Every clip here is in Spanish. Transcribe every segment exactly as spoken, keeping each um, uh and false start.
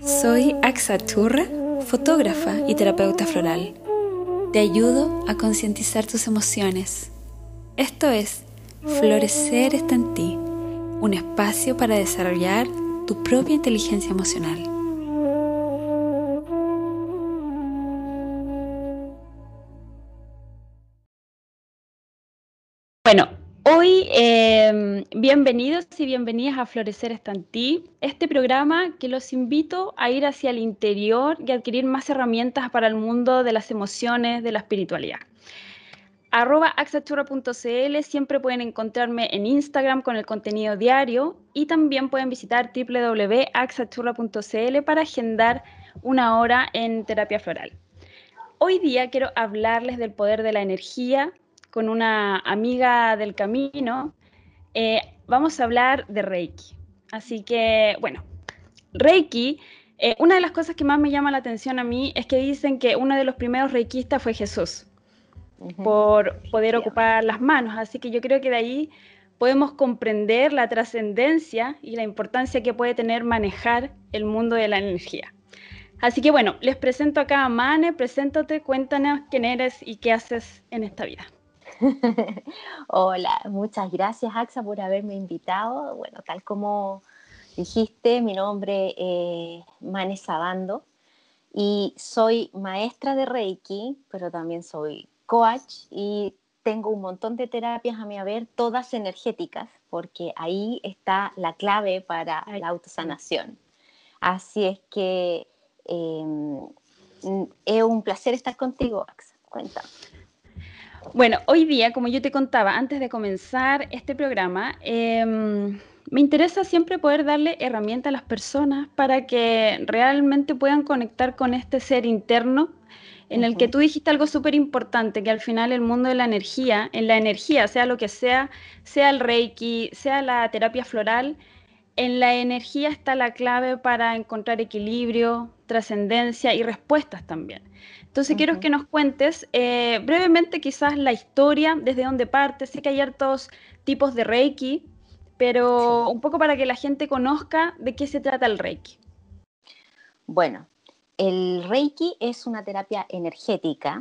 Soy Axa Churra, fotógrafa y terapeuta floral. Te ayudo a concientizar tus emociones. Esto es Florecer está en ti, un espacio para desarrollar tu propia inteligencia emocional. Bueno, hoy eh, bienvenidos y bienvenidas a Florecer está en ti, este programa que los invito a ir hacia el interior y adquirir más herramientas para el mundo de las emociones, de la espiritualidad. Arroba axachurra punto cl, siempre pueden encontrarme en Instagram con el contenido diario y también pueden visitar w w w punto axachurra punto cl para agendar una hora en terapia floral. Hoy día quiero hablarles del poder de la energía con una amiga del camino. Eh, vamos a hablar de Reiki. Así que, bueno, Reiki, eh, una de las cosas que más me llama la atención a mí es que dicen que uno de los primeros reikistas fue Jesús, Uh-huh. por poder ocupar las manos. Así que yo creo que de ahí podemos comprender la trascendencia y la importancia que puede tener manejar el mundo de la energía. Así que bueno, les presento acá a Mane, preséntate, cuéntanos quién eres y qué haces en esta vida. Hola, muchas gracias Axa por haberme invitado. Bueno, tal como dijiste, mi nombre es Mane Sabando y soy maestra de Reiki, pero también soy coach y tengo un montón de terapias a mi haber, todas energéticas, porque ahí está la clave para Ay, la autosanación. Así es que eh, es un placer estar contigo, Axa. Cuéntame. Bueno, hoy día, como yo te contaba antes de comenzar este programa, eh, me interesa siempre poder darle herramientas a las personas para que realmente puedan conectar con este ser interno en el que Uh-huh. tú dijiste algo súper importante, que al final el mundo de la energía, en la energía, sea lo que sea, sea el Reiki, sea la terapia floral, en la energía está la clave para encontrar equilibrio, trascendencia y respuestas también. Entonces quiero Uh-huh. que nos cuentes eh, brevemente quizás la historia, desde dónde parte. Sé que hay hartos tipos de Reiki, Sí. pero un poco para que la gente conozca de qué se trata el Reiki. Bueno, el Reiki es una terapia energética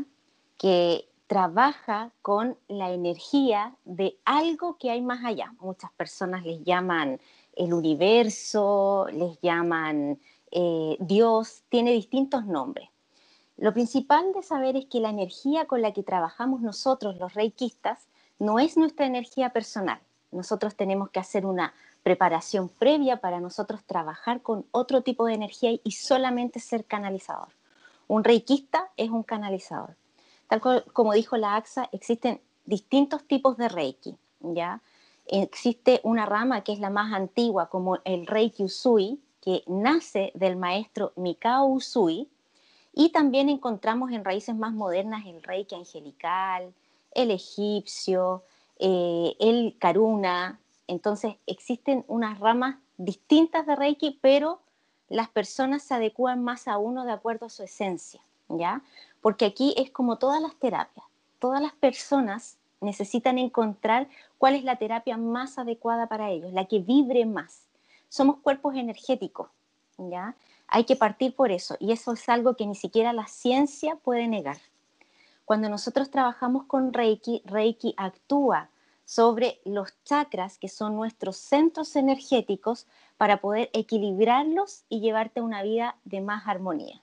que trabaja con la energía de algo que hay más allá. Muchas personas les llaman el universo, les llaman eh, Dios, tiene distintos nombres. Lo principal de saber es que la energía con la que trabajamos nosotros, los reikistas, no es nuestra energía personal. Nosotros tenemos que hacer una preparación previa para nosotros trabajar con otro tipo de energía y solamente ser canalizador. Un reikista es un canalizador. Tal como dijo la Axa, existen distintos tipos de reiki, ¿ya? Existe una rama que es la más antigua, como el Reiki Usui, que nace del maestro Mikao Usui, y también encontramos en raíces más modernas el Reiki angelical, el egipcio, eh, el Karuna. Entonces existen unas ramas distintas de Reiki, pero las personas se adecúan más a uno de acuerdo a su esencia, ¿ya? Porque aquí es como todas las terapias. Todas las personas necesitan encontrar cuál es la terapia más adecuada para ellos, la que vibre más. Somos cuerpos energéticos, ¿ya? Hay que partir por eso, y eso es algo que ni siquiera la ciencia puede negar. Cuando nosotros trabajamos con Reiki, Reiki actúa sobre los chakras, que son nuestros centros energéticos, para poder equilibrarlos y llevarte a una vida de más armonía.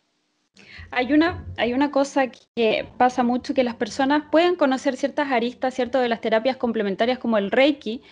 Hay una, hay una cosa que pasa mucho, que las personas pueden conocer ciertas aristas, ¿cierto?, de las terapias complementarias como el Reiki,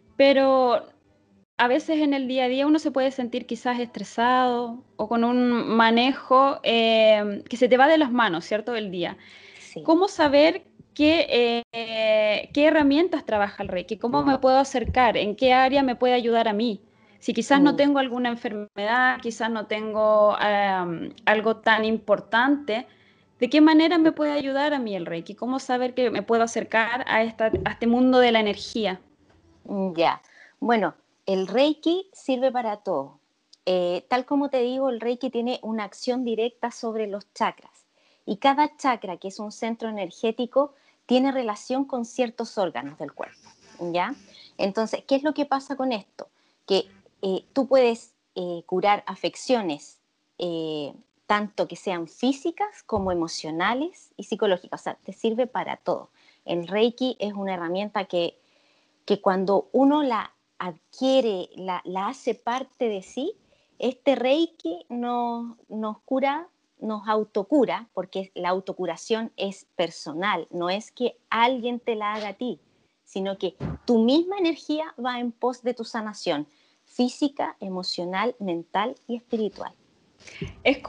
pero a veces en el día a día uno se puede sentir quizás estresado o con un manejo eh, que se te va de las manos, ¿cierto?, del día. Sí. ¿Cómo saber qué, eh, qué herramientas trabaja el Reiki? ¿Cómo me puedo acercar? ¿En qué área me puede ayudar a mí? Si quizás no Mm. tengo alguna enfermedad, quizás no tengo um, algo tan importante, ¿de qué manera me puede ayudar a mí el Reiki? ¿Cómo saber que me puedo acercar a, esta, a este mundo de la energía? Ya, bueno, el Reiki sirve para todo. Eh, tal como te digo, el Reiki tiene una acción directa sobre los chakras y cada chakra, que es un centro energético, tiene relación con ciertos órganos del cuerpo, ¿ya? Entonces, ¿qué es lo que pasa con esto? Que eh, tú puedes eh, curar afecciones eh, tanto que sean físicas como emocionales y psicológicas, o sea, te sirve para todo. El Reiki es una herramienta que, que cuando uno la adquiere, la, la hace parte de sí, este Reiki nos, nos cura, nos autocura, porque la autocuración es personal, no es que alguien te la haga a ti, sino que tu misma energía va en pos de tu sanación física, emocional, mental y espiritual. Es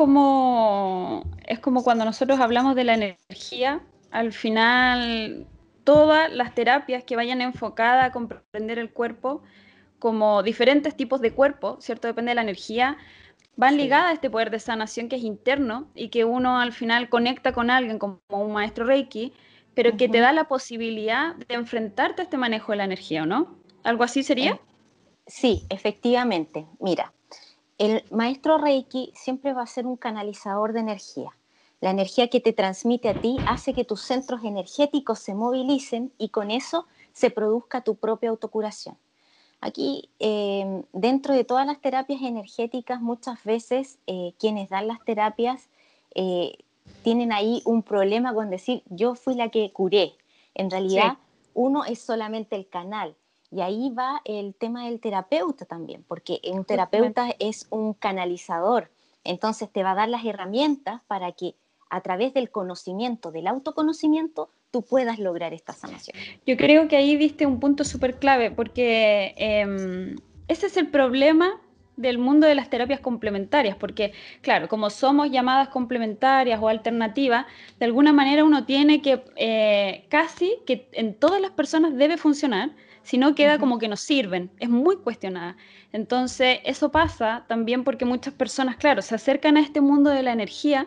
como, es como cuando nosotros hablamos de la energía, al final todas las terapias que vayan enfocadas a comprender el cuerpo como diferentes tipos de cuerpo, ¿cierto? Depende de la energía, van Sí. ligadas a este poder de sanación que es interno y que uno al final conecta con alguien como un maestro Reiki, pero que te Uh-huh. da la posibilidad de enfrentarte a este manejo de la energía, ¿o no? ¿Algo así sería? Eh, sí, efectivamente. Mira, el maestro Reiki siempre va a ser un canalizador de energía. La energía que te transmite a ti hace que tus centros energéticos se movilicen y con eso se produzca tu propia autocuración. Aquí, eh, dentro de todas las terapias energéticas, muchas veces eh, quienes dan las terapias eh, tienen ahí un problema con decir, yo fui la que curé. En realidad, Sí, uno es solamente el canal. Y ahí va el tema del terapeuta también, porque un justamente. terapeuta es un canalizador. Entonces te va a dar las herramientas para que a través del conocimiento, del autoconocimiento, tú puedas lograr esta sanación. Yo creo que ahí diste un punto súper clave, porque eh, ese es el problema del mundo de las terapias complementarias, porque claro, como somos llamadas complementarias o alternativas, de alguna manera uno tiene que eh, casi que en todas las personas debe funcionar, si no queda Uh-huh. como que no sirven, es muy cuestionada. Entonces, eso pasa también porque muchas personas, claro, se acercan a este mundo de la energía,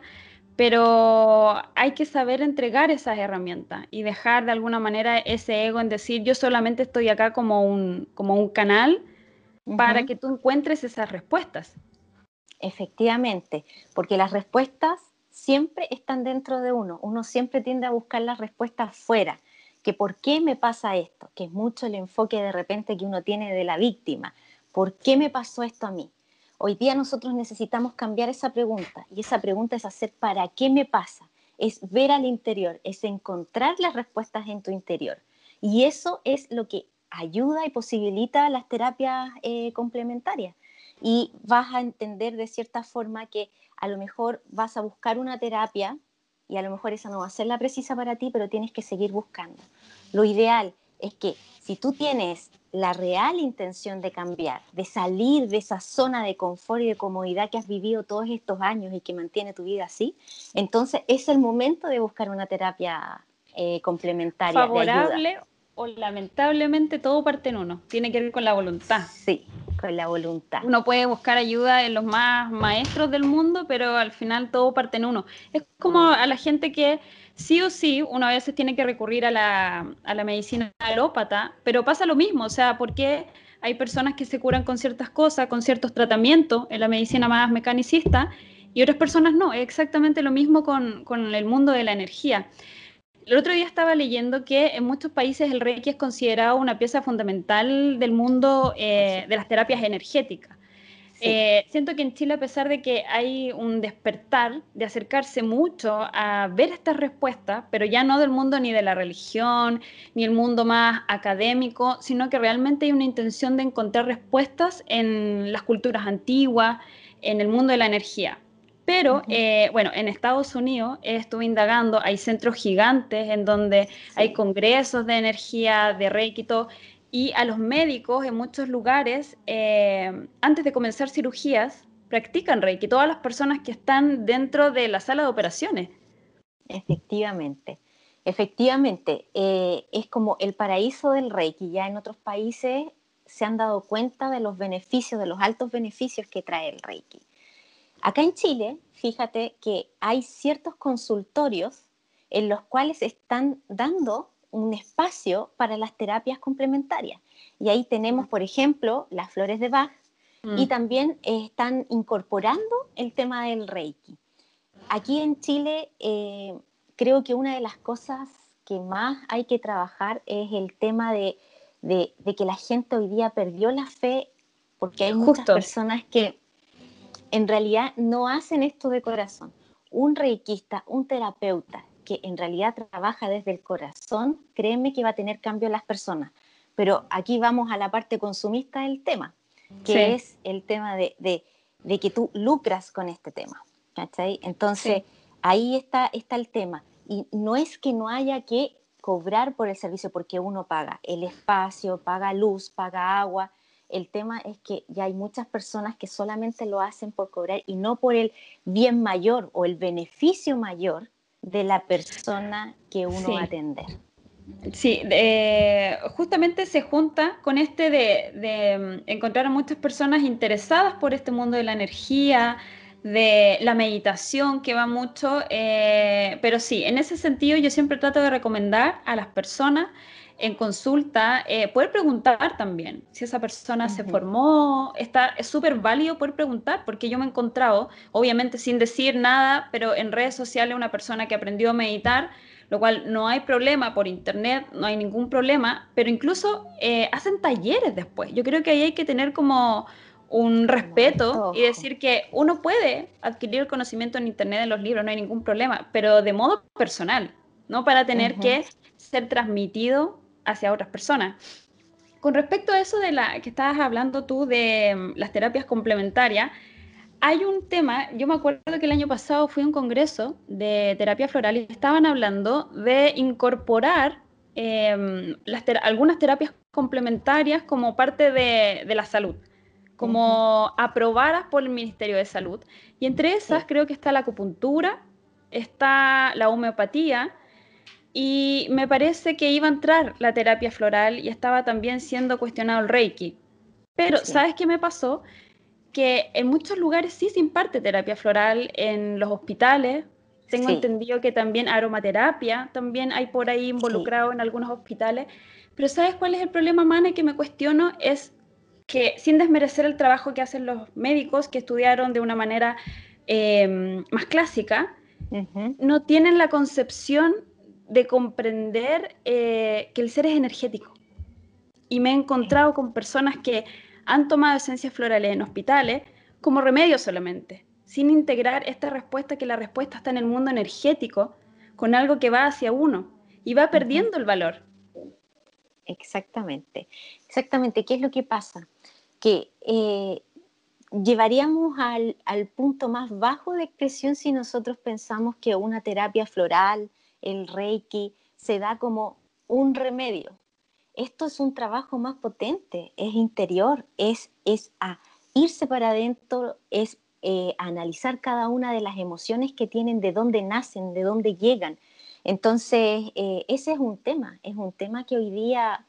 pero hay que saber entregar esas herramientas y dejar de alguna manera ese ego en decir yo solamente estoy acá como un, como un canal para Uh-huh. que tú encuentres esas respuestas. Efectivamente, porque las respuestas siempre están dentro de uno. Uno siempre tiende a buscar las respuestas fuera. Que por qué me pasa esto, que es mucho el enfoque de repente que uno tiene de la víctima. ¿Por qué me pasó esto a mí? Hoy día nosotros necesitamos cambiar esa pregunta y esa pregunta es hacer ¿para qué me pasa? Es ver al interior, es encontrar las respuestas en tu interior. Y eso es lo que ayuda y posibilita las terapias eh, complementarias y vas a entender de cierta forma que a lo mejor vas a buscar una terapia y a lo mejor esa no va a ser la precisa para ti, pero tienes que seguir buscando. Lo ideal es que si tú tienes la real intención de cambiar, de salir de esa zona de confort y de comodidad que has vivido todos estos años y que mantiene tu vida así, entonces es el momento de buscar una terapia eh, complementaria de ayuda. Favorable o lamentablemente todo parte en uno, tiene que ver con la voluntad. Sí, con la voluntad. Uno puede buscar ayuda en los más maestros del mundo, pero al final todo parte en uno. Es como a la gente que sí o sí, uno a veces tiene que recurrir a la, a la medicina alópata, pero pasa lo mismo, o sea, porque hay personas que se curan con ciertas cosas, con ciertos tratamientos en la medicina más mecanicista, y otras personas no. Es exactamente lo mismo con, con el mundo de la energía. El otro día estaba leyendo que en muchos países el Reiki es considerado una pieza fundamental del mundo eh, Sí, de las terapias energéticas. sí. Eh, siento que en Chile, a pesar de que hay un despertar de acercarse mucho a ver estas respuestas, pero ya no del mundo ni de la religión, ni el mundo más académico, sino que realmente hay una intención de encontrar respuestas en las culturas antiguas, en el mundo de la energía. Pero Uh-huh. eh, bueno, en Estados Unidos estuve indagando, hay centros gigantes en donde hay Sí. congresos de energía, de Reiki y todo, y a los médicos en muchos lugares, eh, antes de comenzar cirugías, practican Reiki, todas las personas que están dentro de la sala de operaciones. Efectivamente, efectivamente, eh, es como el paraíso del Reiki. Ya en otros países se han dado cuenta de los beneficios, de los altos beneficios que trae el Reiki. Acá en Chile, fíjate que hay ciertos consultorios en los cuales están dando un espacio para las terapias complementarias. Y ahí tenemos, por ejemplo, las flores de Bach y Mm. también eh, están incorporando el tema del Reiki. Aquí en Chile eh, creo que una de las cosas que más hay que trabajar es el tema de, de, de que la gente hoy día perdió la fe porque hay muchas Justo, personas que en realidad no hacen esto de corazón. Un reikista, un terapeuta que en realidad trabaja desde el corazón, créeme que va a tener cambio en las personas. Pero aquí vamos a la parte consumista del tema, que Sí, es el tema de, de, de que tú lucras con este tema, ¿cachai? Entonces, sí, ahí está, está el tema. Y no es que no haya que cobrar por el servicio, porque uno paga el espacio, paga luz, paga agua. El tema es que ya hay muchas personas que solamente lo hacen por cobrar y no por el bien mayor o el beneficio mayor de la persona que uno va a sí. atender. Sí, eh, justamente se junta con este de, de, mm, encontrar a muchas personas interesadas por este mundo de la energía, de la meditación, que va mucho, eh, pero sí, en ese sentido yo siempre trato de recomendar a las personas en consulta eh, poder preguntar también si esa persona se Ujú. formó, está, es súper válido poder preguntar, porque yo me he encontrado, obviamente sin decir nada, pero en redes sociales una persona que aprendió a meditar, lo cual no hay problema por internet, no hay ningún problema, pero incluso eh, hacen talleres después. Yo creo que ahí hay que tener como un Como harto respeto y ojo. decir que uno puede adquirir el conocimiento en internet, en los libros, no hay ningún problema, pero de modo personal, no para tener Ujú. que ser transmitido hacia otras personas. Con respecto a eso de la que estabas hablando tú de mm, las terapias complementarias, hay un tema, yo me acuerdo que el año pasado fui a un congreso de terapia floral y estaban hablando de incorporar eh, las ter algunas terapias complementarias como parte de, de la salud, Ujú. como aprobadas por el Ministerio de Salud. Y entre esas Sí, creo que está la acupuntura, está la homeopatía y me parece que iba a entrar la terapia floral y estaba también siendo cuestionado el Reiki. Pero, sí, ¿sabes qué me pasó? Que en muchos lugares sí se imparte terapia floral, en los hospitales. Tengo sí, entendido que también aromaterapia también hay por ahí sí. involucrado en algunos hospitales. Pero ¿sabes cuál es el problema, Mana? Que me cuestiono es que sin desmerecer el trabajo que hacen los médicos que estudiaron de una manera eh, más clásica, Ujú. no tienen la concepción de comprender eh, que el ser es energético. Y me he encontrado con personas que han tomado esencias florales en hospitales como remedio solamente, sin integrar esta respuesta, que la respuesta está en el mundo energético, con algo que va hacia uno y va Ujú. perdiendo el valor. Exactamente, exactamente. ¿Qué es lo que pasa? Que eh, llevaríamos al, al punto más bajo de expresión si nosotros pensamos que una terapia floral, el Reiki, se da como un remedio. Esto es un trabajo más potente, es interior, es, es a irse para adentro, es eh, analizar cada una de las emociones que tienen, de dónde nacen, de dónde llegan. Entonces, eh, ese es un tema, es un tema que hoy día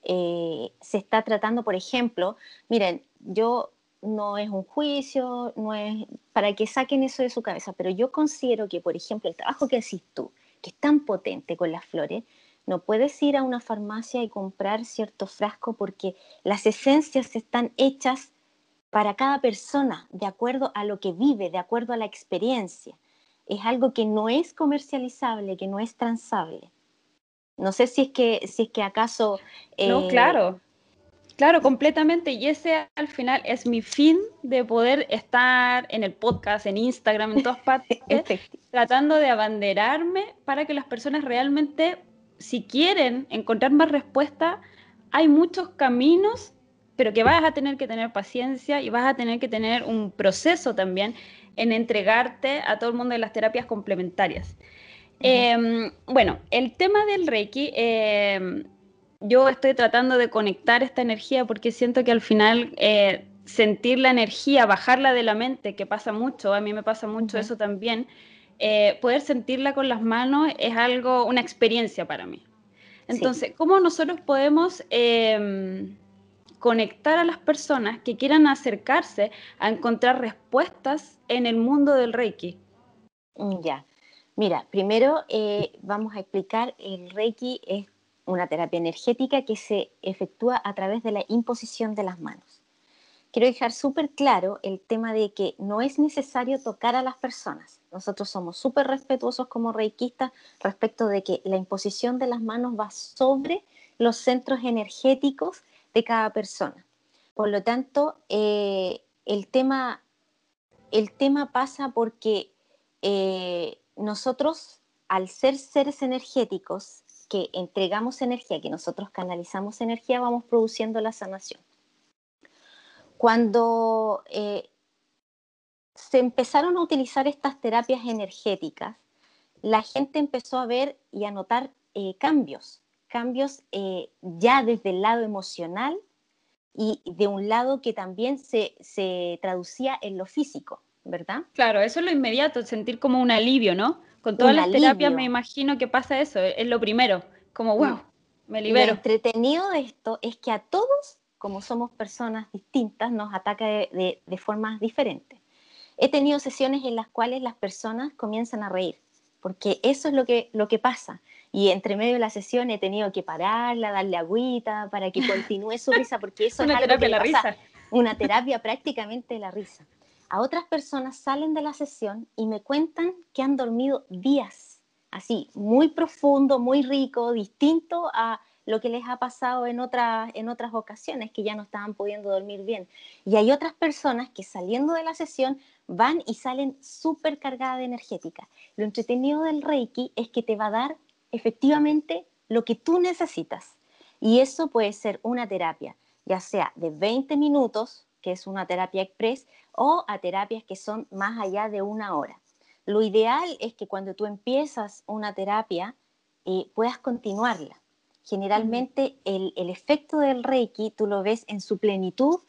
eh, se está tratando, por ejemplo, miren, yo no es un juicio, no es para que saquen eso de su cabeza, pero yo considero que, por ejemplo, el trabajo que haces tú, que es tan potente con las flores, no puedes ir a una farmacia y comprar cierto frasco porque las esencias están hechas para cada persona, de acuerdo a lo que vive, de acuerdo a la experiencia. Es algo que no es comercializable, que no es transable. No sé si es que, si es que acaso... No, eh, claro, claro, completamente. Y ese al final es mi fin de poder estar en el podcast, en Instagram, en todas partes, efecti- tratando de abanderarme para que las personas realmente, si quieren encontrar más respuestas, hay muchos caminos, pero que vas a tener que tener paciencia y vas a tener que tener un proceso también en entregarte a todo el mundo de las terapias complementarias. Ujú. Eh, bueno, el tema del Reiki, eh, yo estoy tratando de conectar esta energía porque siento que al final eh, sentir la energía, bajarla de la mente, que pasa mucho, a mí me pasa mucho Ujú. eso también, eh, poder sentirla con las manos es algo, una experiencia para mí. Sí. Entonces, ¿cómo nosotros podemos eh, conectar a las personas que quieran acercarse a encontrar respuestas en el mundo del Reiki? Mm, ya. Mira, primero eh, vamos a explicar, el Reiki es una terapia energética que se efectúa a través de la imposición de las manos. Quiero dejar súper claro el tema de que no es necesario tocar a las personas. Nosotros somos súper respetuosos como reikistas respecto de que la imposición de las manos va sobre los centros energéticos de cada persona. Por lo tanto, eh, el tema el tema pasa porque eh, nosotros, al ser seres energéticos, que entregamos energía, que nosotros canalizamos energía, vamos produciendo la sanación. Cuando eh, se empezaron a utilizar estas terapias energéticas, la gente empezó a ver y a notar eh, cambios, cambios eh, ya desde el lado emocional y de un lado que también se, se traducía en lo físico, ¿verdad? Claro, eso es lo inmediato, sentir como un alivio, ¿no? Con todas Un las terapias me alivio. imagino que pasa eso, es lo primero, como Mm. wow, me Lo libero. entretenido de esto es que a todos, como somos personas distintas, nos ataca de, de, de formas diferentes. He tenido sesiones en las cuales las personas comienzan a reír, porque eso es lo que, lo que pasa. Y entre medio de la sesión he tenido que pararla, darle agüita para que continúe su risa, porque eso es Una algo terapia que de le la pasa, risa. una terapia prácticamente de la risa. A otras personas salen de la sesión y me cuentan que han dormido días, así, muy profundo, muy rico, distinto a lo que les ha pasado en otras, en otras ocasiones, que ya no estaban pudiendo dormir bien. Y hay otras personas que saliendo de la sesión van y salen súper cargadas de energética. Lo entretenido del Reiki es que te va a dar efectivamente lo que tú necesitas. Y eso puede ser una terapia, ya sea de veinte minutos, que es una terapia express, o a terapias que son más allá de una hora. Lo ideal es que cuando tú empiezas una terapia eh, puedas continuarla. Generalmente el, el efecto del Reiki tú lo ves en su plenitud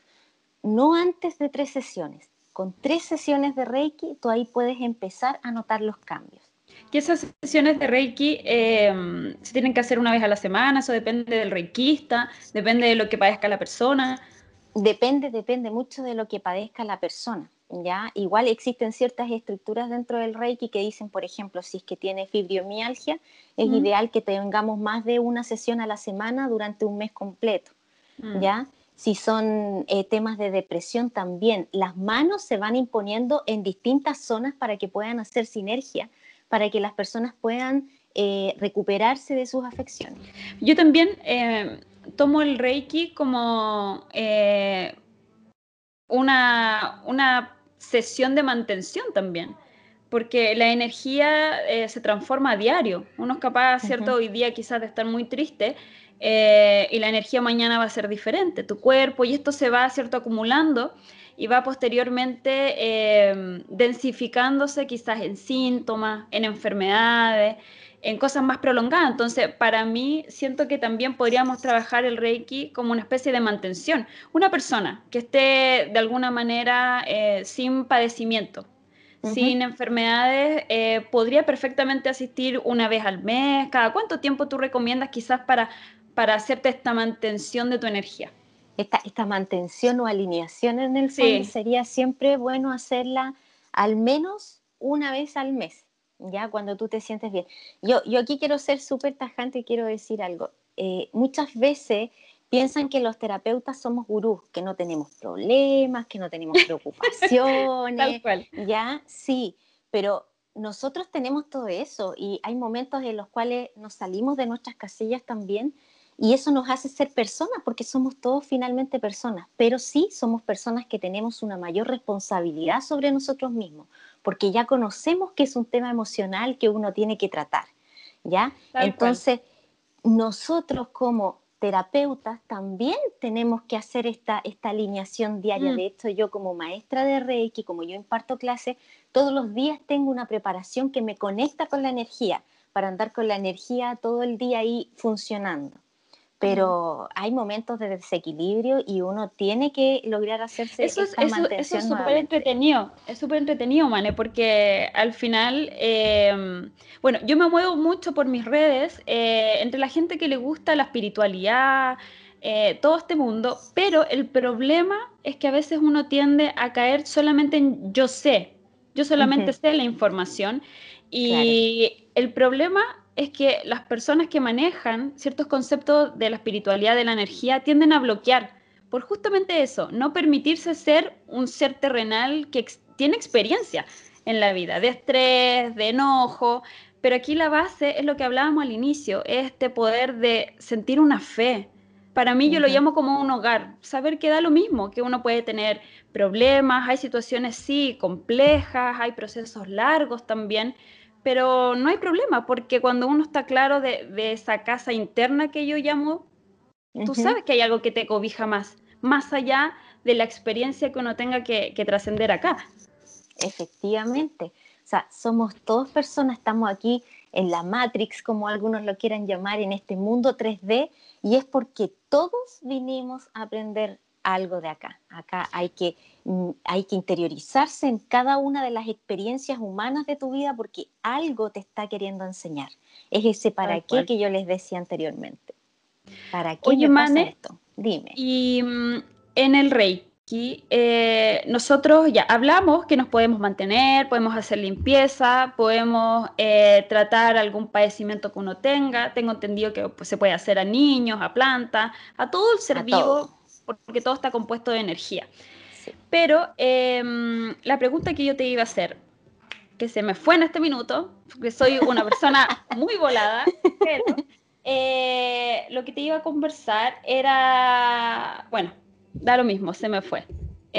no antes de tres sesiones. Con tres sesiones de Reiki, tú ahí puedes empezar a notar los cambios. ¿Y esas sesiones de Reiki eh, se tienen que hacer una vez a la semana? ¿Eso depende del reikista? ¿Depende de lo que padezca la persona? Depende, depende mucho de lo que padezca la persona, ¿ya? Igual existen ciertas estructuras dentro del Reiki que dicen, por ejemplo, si es que tiene fibromialgia, es ¿Mm? ideal que tengamos más de una sesión a la semana durante un mes completo, Mm. ¿ya? Si son eh, temas de depresión también, las manos se van imponiendo en distintas zonas para que puedan hacer sinergia, para que las personas puedan eh, recuperarse de sus afecciones. Yo también eh, tomo el Reiki como eh, una, una sesión de mantención también, porque la energía eh, se transforma a diario. Uno es capaz, ¿cierto? Uh-huh. Hoy día quizás de estar muy triste eh, y la energía mañana va a ser diferente, tu cuerpo, y esto se va, ¿cierto? Acumulando y va posteriormente eh, densificándose quizás en síntomas, en enfermedades, en cosas más prolongadas. Entonces, para mí, siento que también podríamos trabajar el Reiki como una especie de mantención. Una persona que esté de alguna manera eh, sin padecimiento, Uh-huh. sin enfermedades, eh, podría perfectamente asistir una vez al mes. ¿Cada cuánto tiempo tú recomiendas quizás para, para hacerte esta mantención de tu energía? Esta, esta mantención o alineación en el fondo Sí, sería siempre bueno hacerla al menos una vez al mes, ya cuando tú te sientes bien. Yo, yo aquí quiero ser súper tajante y quiero decir algo. Eh, muchas veces piensan que los terapeutas somos gurús, que no tenemos problemas, que no tenemos tal preocupaciones, cual. ya, sí, pero nosotros tenemos todo eso y hay momentos en los cuales nos salimos de nuestras casillas también y eso nos hace ser personas, porque somos todos finalmente personas, pero sí somos personas que tenemos una mayor responsabilidad sobre nosotros mismos, porque ya conocemos que es un tema emocional que uno tiene que tratar, ¿ya? Tal cual. Entonces, nosotros como terapeutas también tenemos que hacer esta, esta alineación diaria. Mm. De hecho, yo como maestra de Reiki, como yo imparto clases, todos los días tengo una preparación que me conecta con la energía, para andar con la energía todo el día ahí funcionando. Mm. Pero hay momentos de desequilibrio y uno tiene que lograr hacerse Eso es, esta eso, eso es mantención súper nuevamente. entretenido, es súper entretenido, Mane, porque al final, eh, bueno, yo me muevo mucho por mis redes, eh, entre la gente que le gusta la espiritualidad, eh, todo este mundo, pero el problema es que a veces uno tiende a caer solamente en yo sé, yo solamente Ujú, sé la información, claro. y el problema es que las personas que manejan ciertos conceptos de la espiritualidad, de la energía, tienden a bloquear por justamente eso, no permitirse ser un ser terrenal que ex tiene experiencia en la vida, de estrés, de enojo, pero aquí la base es lo que hablábamos al inicio, es este poder de sentir una fe, Para mí yo lo Ujú. llamo como un hogar, saber que da lo mismo, que uno puede tener problemas, hay situaciones sí complejas, hay procesos largos también, pero no hay problema, porque cuando uno está claro de, de esa casa interna que yo llamo, tú Ujú. sabes que hay algo que te cobija más, más allá de la experiencia que uno tenga que, que trascender acá. Efectivamente. O sea, somos todos personas, estamos aquí en la Matrix, como algunos lo quieran llamar, en este mundo tres D, y es porque todos vinimos a aprender algo de acá. Acá hay que, mm, hay que interiorizarse en cada una de las experiencias humanas de tu vida porque algo te está queriendo enseñar. Es ese para Tal qué cual. que yo les decía anteriormente. ¿Para qué Oye, me pasa Mane, esto? Dime. y mm, en el Reiki, eh, nosotros ya hablamos que nos podemos mantener, podemos hacer limpieza, podemos eh, tratar algún padecimiento que uno tenga. Tengo entendido que pues, se puede hacer a niños, a plantas, a todo el ser A todo. vivo, porque todo está compuesto de energía. Sí. Pero eh, la pregunta que yo te iba a hacer, que se me fue en este minuto, porque soy una persona muy volada, pero eh, lo que te iba a conversar era, bueno, da lo mismo, se me fue.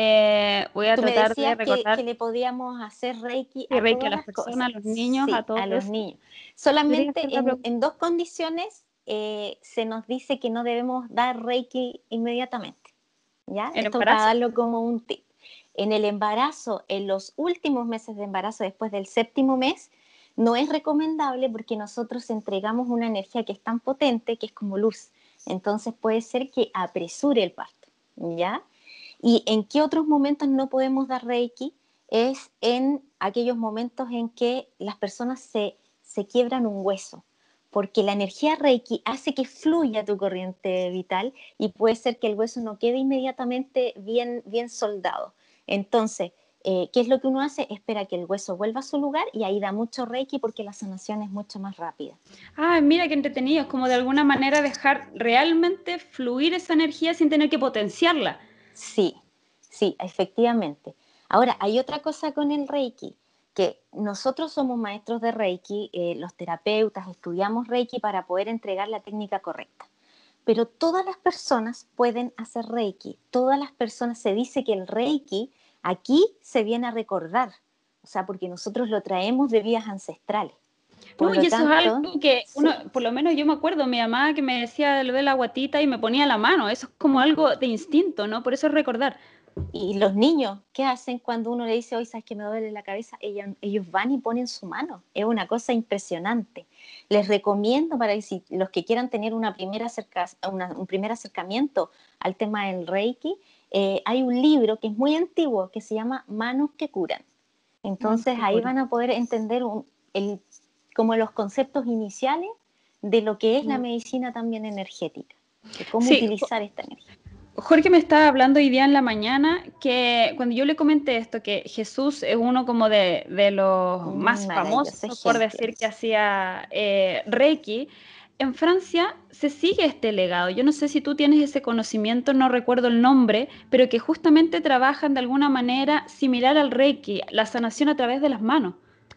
Eh, voy a Tú me tratar de decías que, que recordar le podíamos hacer Reiki y a Reiki a todas las las cosas. personas, a los niños, a Sí, todo a los eso. niños. Podría hacer Solamente la en, pregunta. en dos condiciones eh, se nos dice que no debemos dar Reiki inmediatamente. ¿Ya? ¿El Esto para embarazo? darlo como un tip. En el embarazo, en los últimos meses de embarazo, después del séptimo mes, no es recomendable porque nosotros entregamos una energía que es tan potente que es como luz. Entonces puede ser que apresure el parto. ¿Ya? ¿Y en qué otros momentos no podemos dar Reiki? Es en aquellos momentos en que las personas se, se quiebran un hueso, porque la energía Reiki hace que fluya tu corriente vital y puede ser que el hueso no quede inmediatamente bien, bien soldado. Entonces, eh, ¿qué es lo que uno hace? Espera que el hueso vuelva a su lugar y ahí da mucho Reiki porque la sanación es mucho más rápida. Ah, mira qué entretenido, es como de alguna manera dejar realmente fluir esa energía sin tener que potenciarla. Sí, sí, efectivamente. Ahora, hay otra cosa con el Reiki, que nosotros somos maestros de Reiki, eh, los terapeutas estudiamos Reiki para poder entregar la técnica correcta. Pero todas las personas pueden hacer Reiki. Todas las personas, se dice que el Reiki aquí se viene a recordar, o sea, porque nosotros lo traemos de vidas ancestrales. No, Por y lo eso es tanto, algo que uno, sí. por lo menos yo me acuerdo, mi mamá que me decía lo de la guatita y me ponía la mano, eso es como algo de instinto, ¿no? Por eso es recordar. Y los niños, ¿qué hacen cuando uno le dice, hoy sabes que me duele la cabeza? Ellos, ellos van y ponen su mano. Es una cosa impresionante. Les recomiendo para que si los que quieran tener una primera acerca, una, un primer acercamiento al tema del Reiki, eh, hay un libro que es muy antiguo que se llama Manos que curan. Manos Entonces que ahí curan. van a poder entender un, el, como los conceptos iniciales de lo que es la Mm. medicina también energética, de cómo Sí, Jo- utilizar esta energía. Jorge me estaba hablando hoy día en la mañana que cuando yo le comenté esto, que Jesús es uno como de, de los Mm, más famosos, maravilloso por ejemplo. decir que hacía eh, Reiki, en Francia se sigue este legado. Yo no sé si tú tienes ese conocimiento, no recuerdo el nombre, pero que justamente trabajan de alguna manera similar al Reiki, la sanación a través de las manos.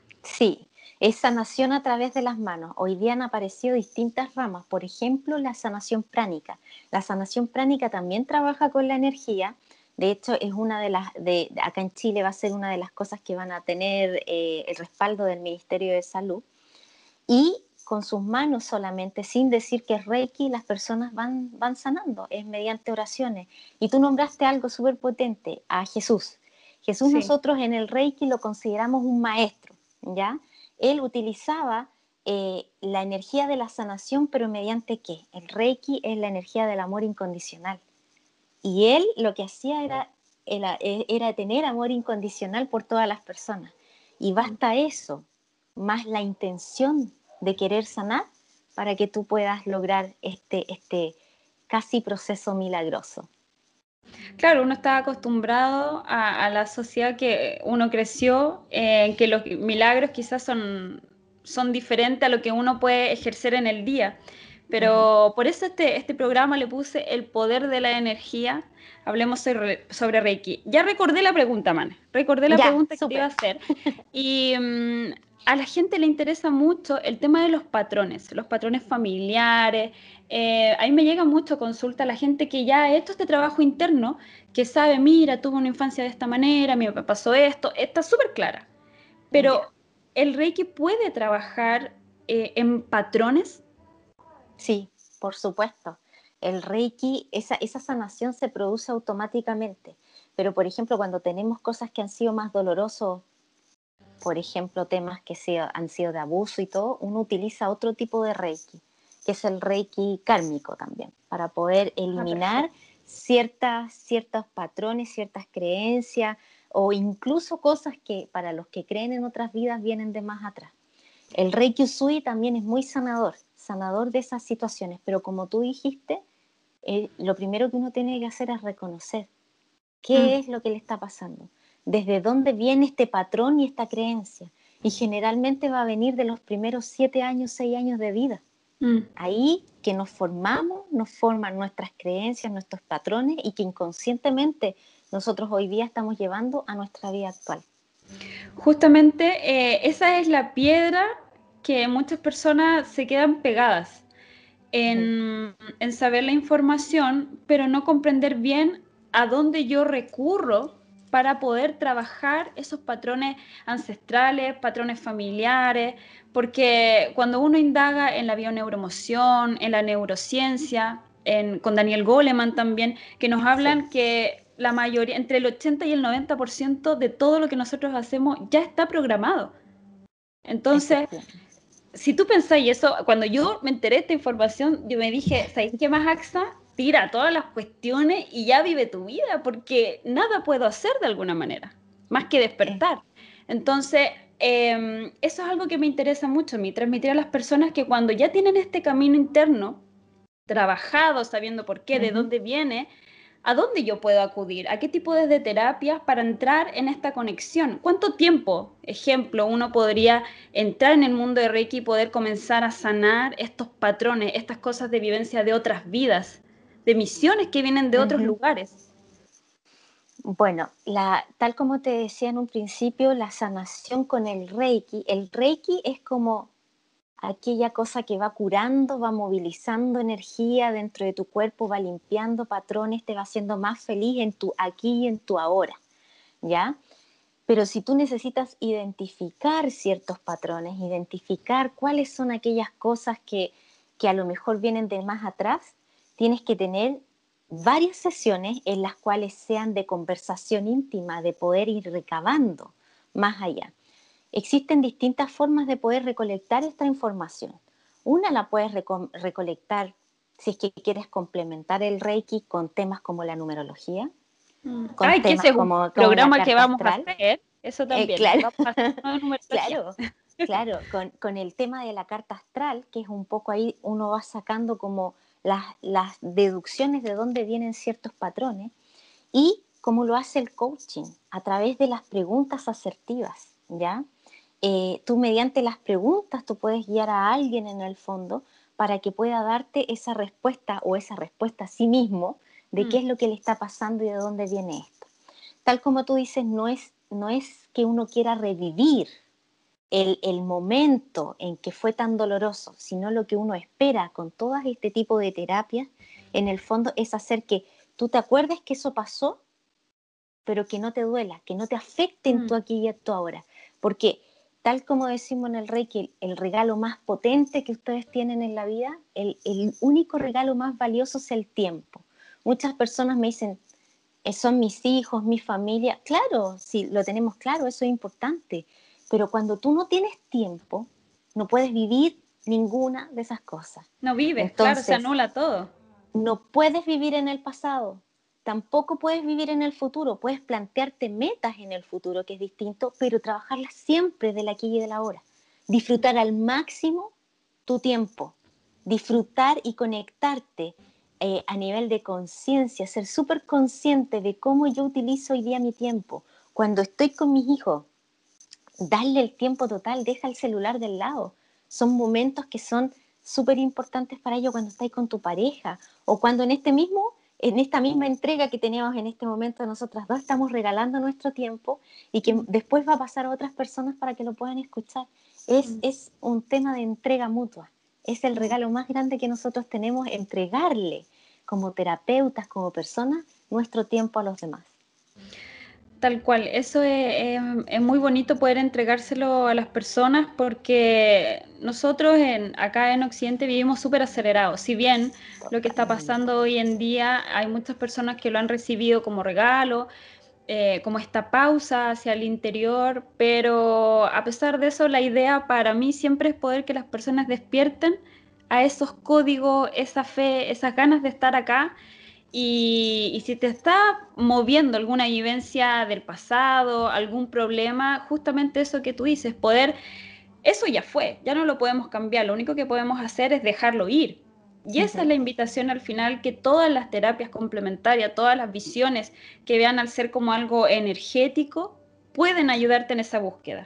Sí, es sanación a través de las manos. Hoy día han aparecido distintas ramas, por ejemplo, la sanación pránica. La sanación pránica también trabaja con la energía. De hecho, es una de las, de, acá en Chile va a ser una de las cosas que van a tener eh, el respaldo del Ministerio de Salud. Y con sus manos solamente, sin decir que es Reiki, las personas van, van sanando, es mediante oraciones. Y tú nombraste algo súper potente, a Jesús. Jesús Sí. nosotros en el Reiki lo consideramos un maestro, ¿ya? Él utilizaba eh, la energía de la sanación, pero mediante ¿qué? El Reiki es la energía del amor incondicional. Y él lo que hacía era, era, era tener amor incondicional por todas las personas. Y basta eso, más la intención de querer sanar para que tú puedas lograr este, este casi proceso milagroso. Claro, uno está acostumbrado a, a la sociedad que uno creció, eh, que los milagros quizás son, son diferentes a lo que uno puede ejercer en el día. Ujú. Pero por eso este, este programa le puse el poder de la energía. Hablemos sobre, sobre Reiki. Ya recordé la pregunta, man. Recordé la Ya, pregunta que te iba a súper. hacer. Y mm, a la gente le interesa mucho el tema de los patrones, los patrones familiares. Eh, a mí me llega mucho consulta a la gente que ya ha hecho este trabajo interno, que sabe, mira, tuve una infancia de esta manera, me pasó esto, está súper clara. Ya. Pero el Reiki puede trabajar eh, en patrones. Sí, por supuesto. El Reiki, esa, esa sanación se produce automáticamente. Pero, por ejemplo, cuando tenemos cosas que han sido más dolorosos, por ejemplo, temas que se, han sido de abuso y todo, uno utiliza otro tipo de Reiki, que es el Reiki kármico también, para poder Ah, eliminar perfecto. ciertas, ciertos patrones, ciertas creencias o incluso cosas que para los que creen en otras vidas vienen de más atrás. El Reiki Usui también es muy sanador, sanador de esas situaciones, pero como tú dijiste, eh, lo primero que uno tiene que hacer es reconocer qué Mm, es lo que le está pasando, desde dónde viene este patrón y esta creencia. Y generalmente va a venir de los primeros siete años, seis años de vida. mm. Ahí que nos formamos, nos forman nuestras creencias, nuestros patrones y que inconscientemente nosotros hoy día estamos llevando a nuestra vida actual. Justamente eh, esa es la piedra que muchas personas se quedan pegadas Ujú. en, en saber la información, pero no comprender bien a dónde yo recurro para poder trabajar esos patrones ancestrales, patrones familiares, porque cuando uno indaga en la bioneuroemoción, en la neurociencia, en- con Daniel Goleman también, que nos Sí, hablan que la mayoría, entre el ochenta y el noventa por ciento de todo lo que nosotros hacemos ya está programado. Entonces, efectivamente. si tú pensáis eso, cuando yo me enteré de esta información, yo me dije, ¿sabéis qué más, AXA? Tira todas las cuestiones y ya vive tu vida, porque nada puedo hacer de alguna manera, más que Eh, despertar. Entonces, eh, eso es algo que me interesa mucho, a mí, transmitir a las personas que cuando ya tienen este camino interno, trabajado, sabiendo por qué, de ujú. dónde viene, ¿a dónde yo puedo acudir? ¿A qué tipo de terapias para entrar en esta conexión? ¿Cuánto tiempo, ejemplo, uno podría entrar en el mundo de Reiki y poder comenzar a sanar estos patrones, estas cosas de vivencia de otras vidas, de misiones que vienen de otros Ujú. lugares? Bueno, la, tal como te decía en un principio, la sanación con el Reiki, el Reiki es como aquella cosa que va curando, va movilizando energía dentro de tu cuerpo, va limpiando patrones, te va haciendo más feliz en tu aquí y en tu ahora, ¿ya? Pero si tú necesitas identificar ciertos patrones, identificar cuáles son aquellas cosas que, que a lo mejor vienen de más atrás, tienes que tener varias sesiones en las cuales sean de conversación íntima, de poder ir recabando más allá. Existen distintas formas de poder recolectar esta información. Una la puedes reco- recolectar si es que quieres complementar el Reiki con temas como la numerología, Mm. con Ay, que ese temas es un como, como la programa que carta vamos a astral. hacer, eso Eh, también. claro, Vamos a hacer uno de numerología. claro, claro, con, con el tema de la carta astral, que es un poco ahí, uno va sacando como las, las deducciones de dónde vienen ciertos patrones y cómo lo hace el coaching, a través de las preguntas asertivas, ¿ya? Eh, tú mediante las preguntas, tú puedes guiar a alguien en el fondo para que pueda darte esa respuesta o esa respuesta a sí mismo de Mm, qué es lo que le está pasando y de dónde viene esto. Tal como tú dices, no es, no es que uno quiera revivir el, el momento en que fue tan doloroso, sino lo que uno espera con todo este tipo de terapias, en el fondo es hacer que tú te acuerdes que eso pasó, pero que no te duela, que no te afecte en mm, tu aquí y en tu ahora. Porque tal como decimos en el Reiki, el, el regalo más potente que ustedes tienen en la vida, el, el único regalo más valioso es el tiempo. Muchas personas me dicen, "Eh, son mis hijos, mi familia". Claro, sí, lo tenemos claro, eso es importante. Pero cuando tú no tienes tiempo, no puedes vivir ninguna de esas cosas. no vives, claro, se Entonces, anula todo. no puedes vivir en el pasado, tampoco puedes vivir en el futuro, puedes plantearte metas en el futuro, que es distinto, pero trabajarlas siempre del aquí y del ahora. Disfrutar al máximo tu tiempo, disfrutar y conectarte eh, a nivel de conciencia, ser súper consciente de cómo yo utilizo hoy día mi tiempo. Cuando estoy con mis hijos, darle el tiempo total, deja el celular del lado. Son momentos que son súper importantes para ello cuando estás con tu pareja o cuando en este mismo, en esta misma entrega que teníamos en este momento nosotras dos, estamos regalando nuestro tiempo y que Mm. después va a pasar a otras personas para que lo puedan escuchar. Es, Mm. es un tema de entrega mutua. Es el regalo más grande que nosotros tenemos, entregarle como terapeutas, como personas, nuestro tiempo a los demás. Tal cual, eso es, es- es muy bonito poder entregárselo a las personas porque nosotros en, acá en Occidente vivimos súper acelerados. Si bien lo que está Totalmente. pasando hoy en día hay muchas personas que lo han recibido como regalo, eh, como esta pausa hacia el interior, pero a pesar de eso, la idea para mí siempre es poder que las personas despierten a esos códigos, esa fe, esas ganas de estar acá y, y si te está moviendo alguna vivencia del pasado, algún problema, justamente eso que tú dices, poder, eso ya fue, ya no lo podemos cambiar, lo único que podemos hacer es dejarlo ir. Y esa es Ujú. la invitación al final que todas las terapias complementarias, todas las visiones que vean al ser como algo energético, pueden ayudarte en esa búsqueda.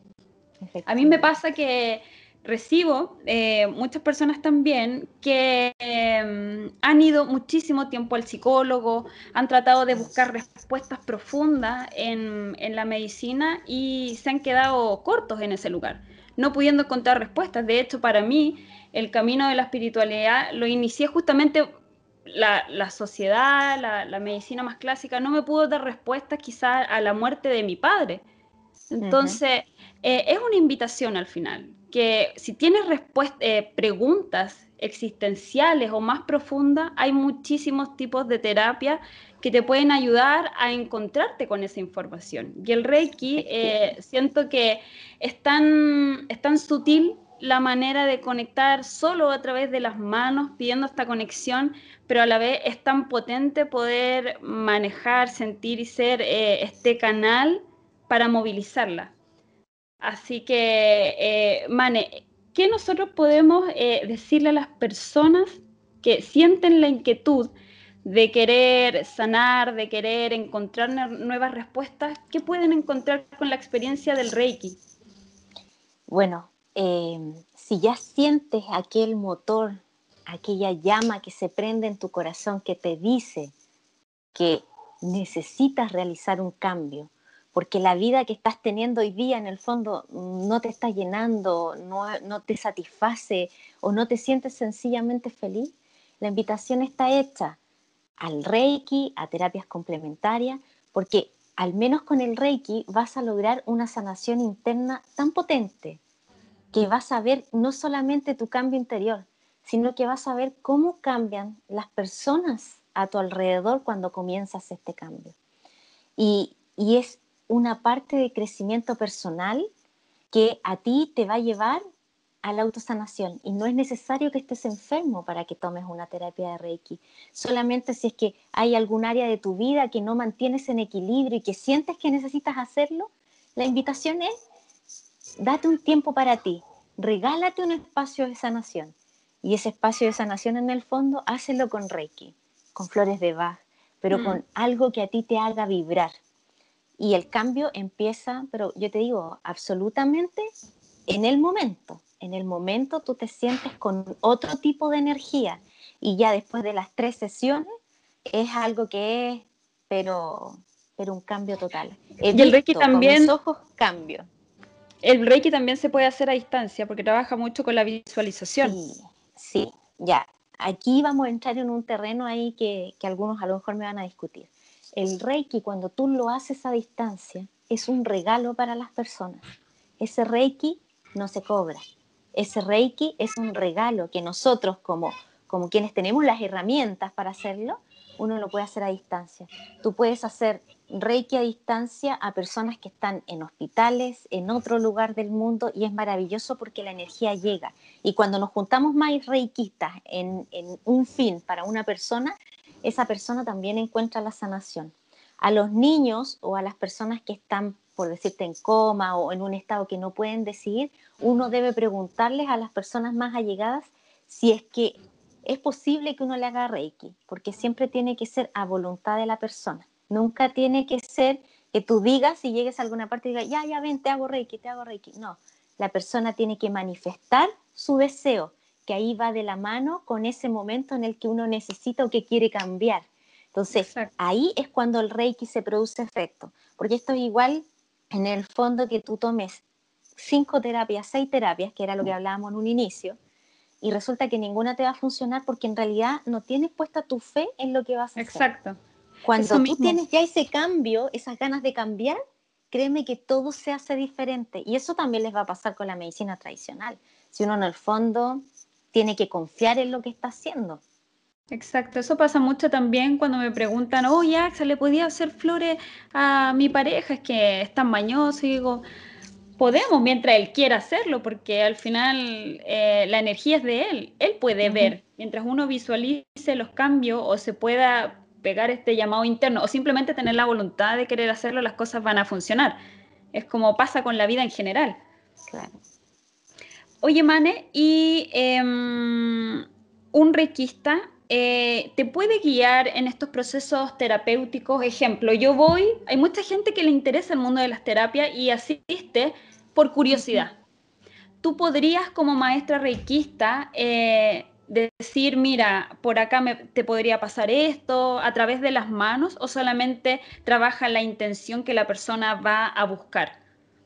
A mí me Efectivamente. pasa que recibo eh, muchas personas también que eh, han ido muchísimo tiempo al psicólogo, han tratado de buscar respuestas profundas en, en la medicina y se han quedado cortos en ese lugar, no pudiendo encontrar respuestas. De hecho, para mí, el camino de la espiritualidad lo inicié justamente la, la sociedad, la, la medicina más clásica, no me pudo dar respuestas quizá a la muerte de mi padre. Ujú. Entonces, eh, es una invitación al final, que si tienes respuest- eh, preguntas existenciales o más profundas, hay muchísimos tipos de terapia que te pueden ayudar a encontrarte con esa información. Y el Reiki, eh, Efectivamente. siento que es tan, es tan sutil la manera de conectar solo a través de las manos, pidiendo esta conexión, pero a la vez es tan potente poder manejar, sentir y ser eh, este canal para movilizarla. Así que, eh, Mane, ¿qué nosotros podemos eh, decirle a las personas que sienten la inquietud de querer sanar, de querer encontrar nuevas respuestas? ¿Qué pueden encontrar con la experiencia del Reiki? Bueno, eh, si ya sientes aquel motor, aquella llama que se prende en tu corazón que te dice que necesitas realizar un cambio, porque la vida que estás teniendo hoy día en el fondo no te está llenando, no, no te satisface o no te sientes sencillamente feliz, la invitación está hecha al Reiki, a terapias complementarias, porque al menos con el Reiki vas a lograr una sanación interna tan potente que vas a ver no solamente tu cambio interior, sino que vas a ver cómo cambian las personas a tu alrededor cuando comienzas este cambio. Y, y es una parte de crecimiento personal que a ti te va a llevar a la autosanación. Y no es necesario que estés enfermo para que tomes una terapia de Reiki. Solamente si es que hay algún área de tu vida que no mantienes en equilibrio y que sientes que necesitas hacerlo, la invitación es: date un tiempo para ti, regálate un espacio de sanación. Y ese espacio de sanación en el fondo, hácelo con Reiki, con flores de Bach, pero Mm. con algo que a ti te haga vibrar. Y el cambio empieza, pero yo te digo, absolutamente en el momento. En el momento tú te sientes con otro tipo de energía y ya después de las tres sesiones es algo que es, pero, pero un cambio total. He Y el Reiki visto con mis también, ojos cambio. el Reiki también se puede hacer a distancia porque trabaja mucho con la visualización. Sí, sí, ya. Aquí vamos a entrar en un terreno ahí que, que algunos a lo mejor me van a discutir. El Reiki, cuando tú lo haces a distancia, es un regalo para las personas. Ese Reiki no se cobra. Ese Reiki es un regalo que nosotros, como, como quienes tenemos las herramientas para hacerlo, uno lo puede hacer a distancia. Tú puedes hacer Reiki a distancia a personas que están en hospitales, en otro lugar del mundo, y es maravilloso porque la energía llega. Y cuando nos juntamos más reikistas en, en un fin para una persona, esa persona también encuentra la sanación. A los niños o a las personas que están, por decirte, en coma o en un estado que no pueden decidir, uno debe preguntarles a las personas más allegadas si es que es posible que uno le haga Reiki, porque siempre tiene que ser a voluntad de la persona. Nunca tiene que ser que tú digas y llegues a alguna parte y digas, ya, ya, ven, te hago Reiki, te hago Reiki. No, la persona tiene que manifestar su deseo, que ahí va de la mano con ese momento en el que uno necesita o que quiere cambiar. Entonces, Exacto. ahí es cuando el Reiki se produce efecto, porque esto es igual en el fondo que tú tomes cinco terapias, seis terapias, que era lo que hablábamos en un inicio, y resulta que ninguna te va a funcionar porque en realidad no tienes puesta tu fe en lo que vas a hacer. Exacto. Eso Cuando tú mismo. tienes ya ese cambio, esas ganas de cambiar, créeme que todo se hace diferente. Y eso también les va a pasar con la medicina tradicional. Si uno en el fondo tiene que confiar en lo que está haciendo. Exacto, eso pasa mucho también cuando me preguntan, oye, Axa, ¿le podía hacer flores a mi pareja? Es que es tan mañoso y digo, podemos mientras él quiera hacerlo, porque al final eh, la energía es de él, él puede Ujú. ver, mientras uno visualice los cambios o se pueda pegar este llamado interno o simplemente tener la voluntad de querer hacerlo, las cosas van a funcionar. Es como pasa con la vida en general. Claro. Oye, Mane, y em, un reikista eh, te puede guiar en estos procesos terapéuticos. Ejemplo, yo voy, hay mucha gente que le interesa el mundo de las terapias y asiste por Ujú. curiosidad. ¿Tú podrías como maestra reikista eh, decir, mira, por acá me- te podría pasar esto a través de las manos o solamente trabaja la intención que la persona va a buscar?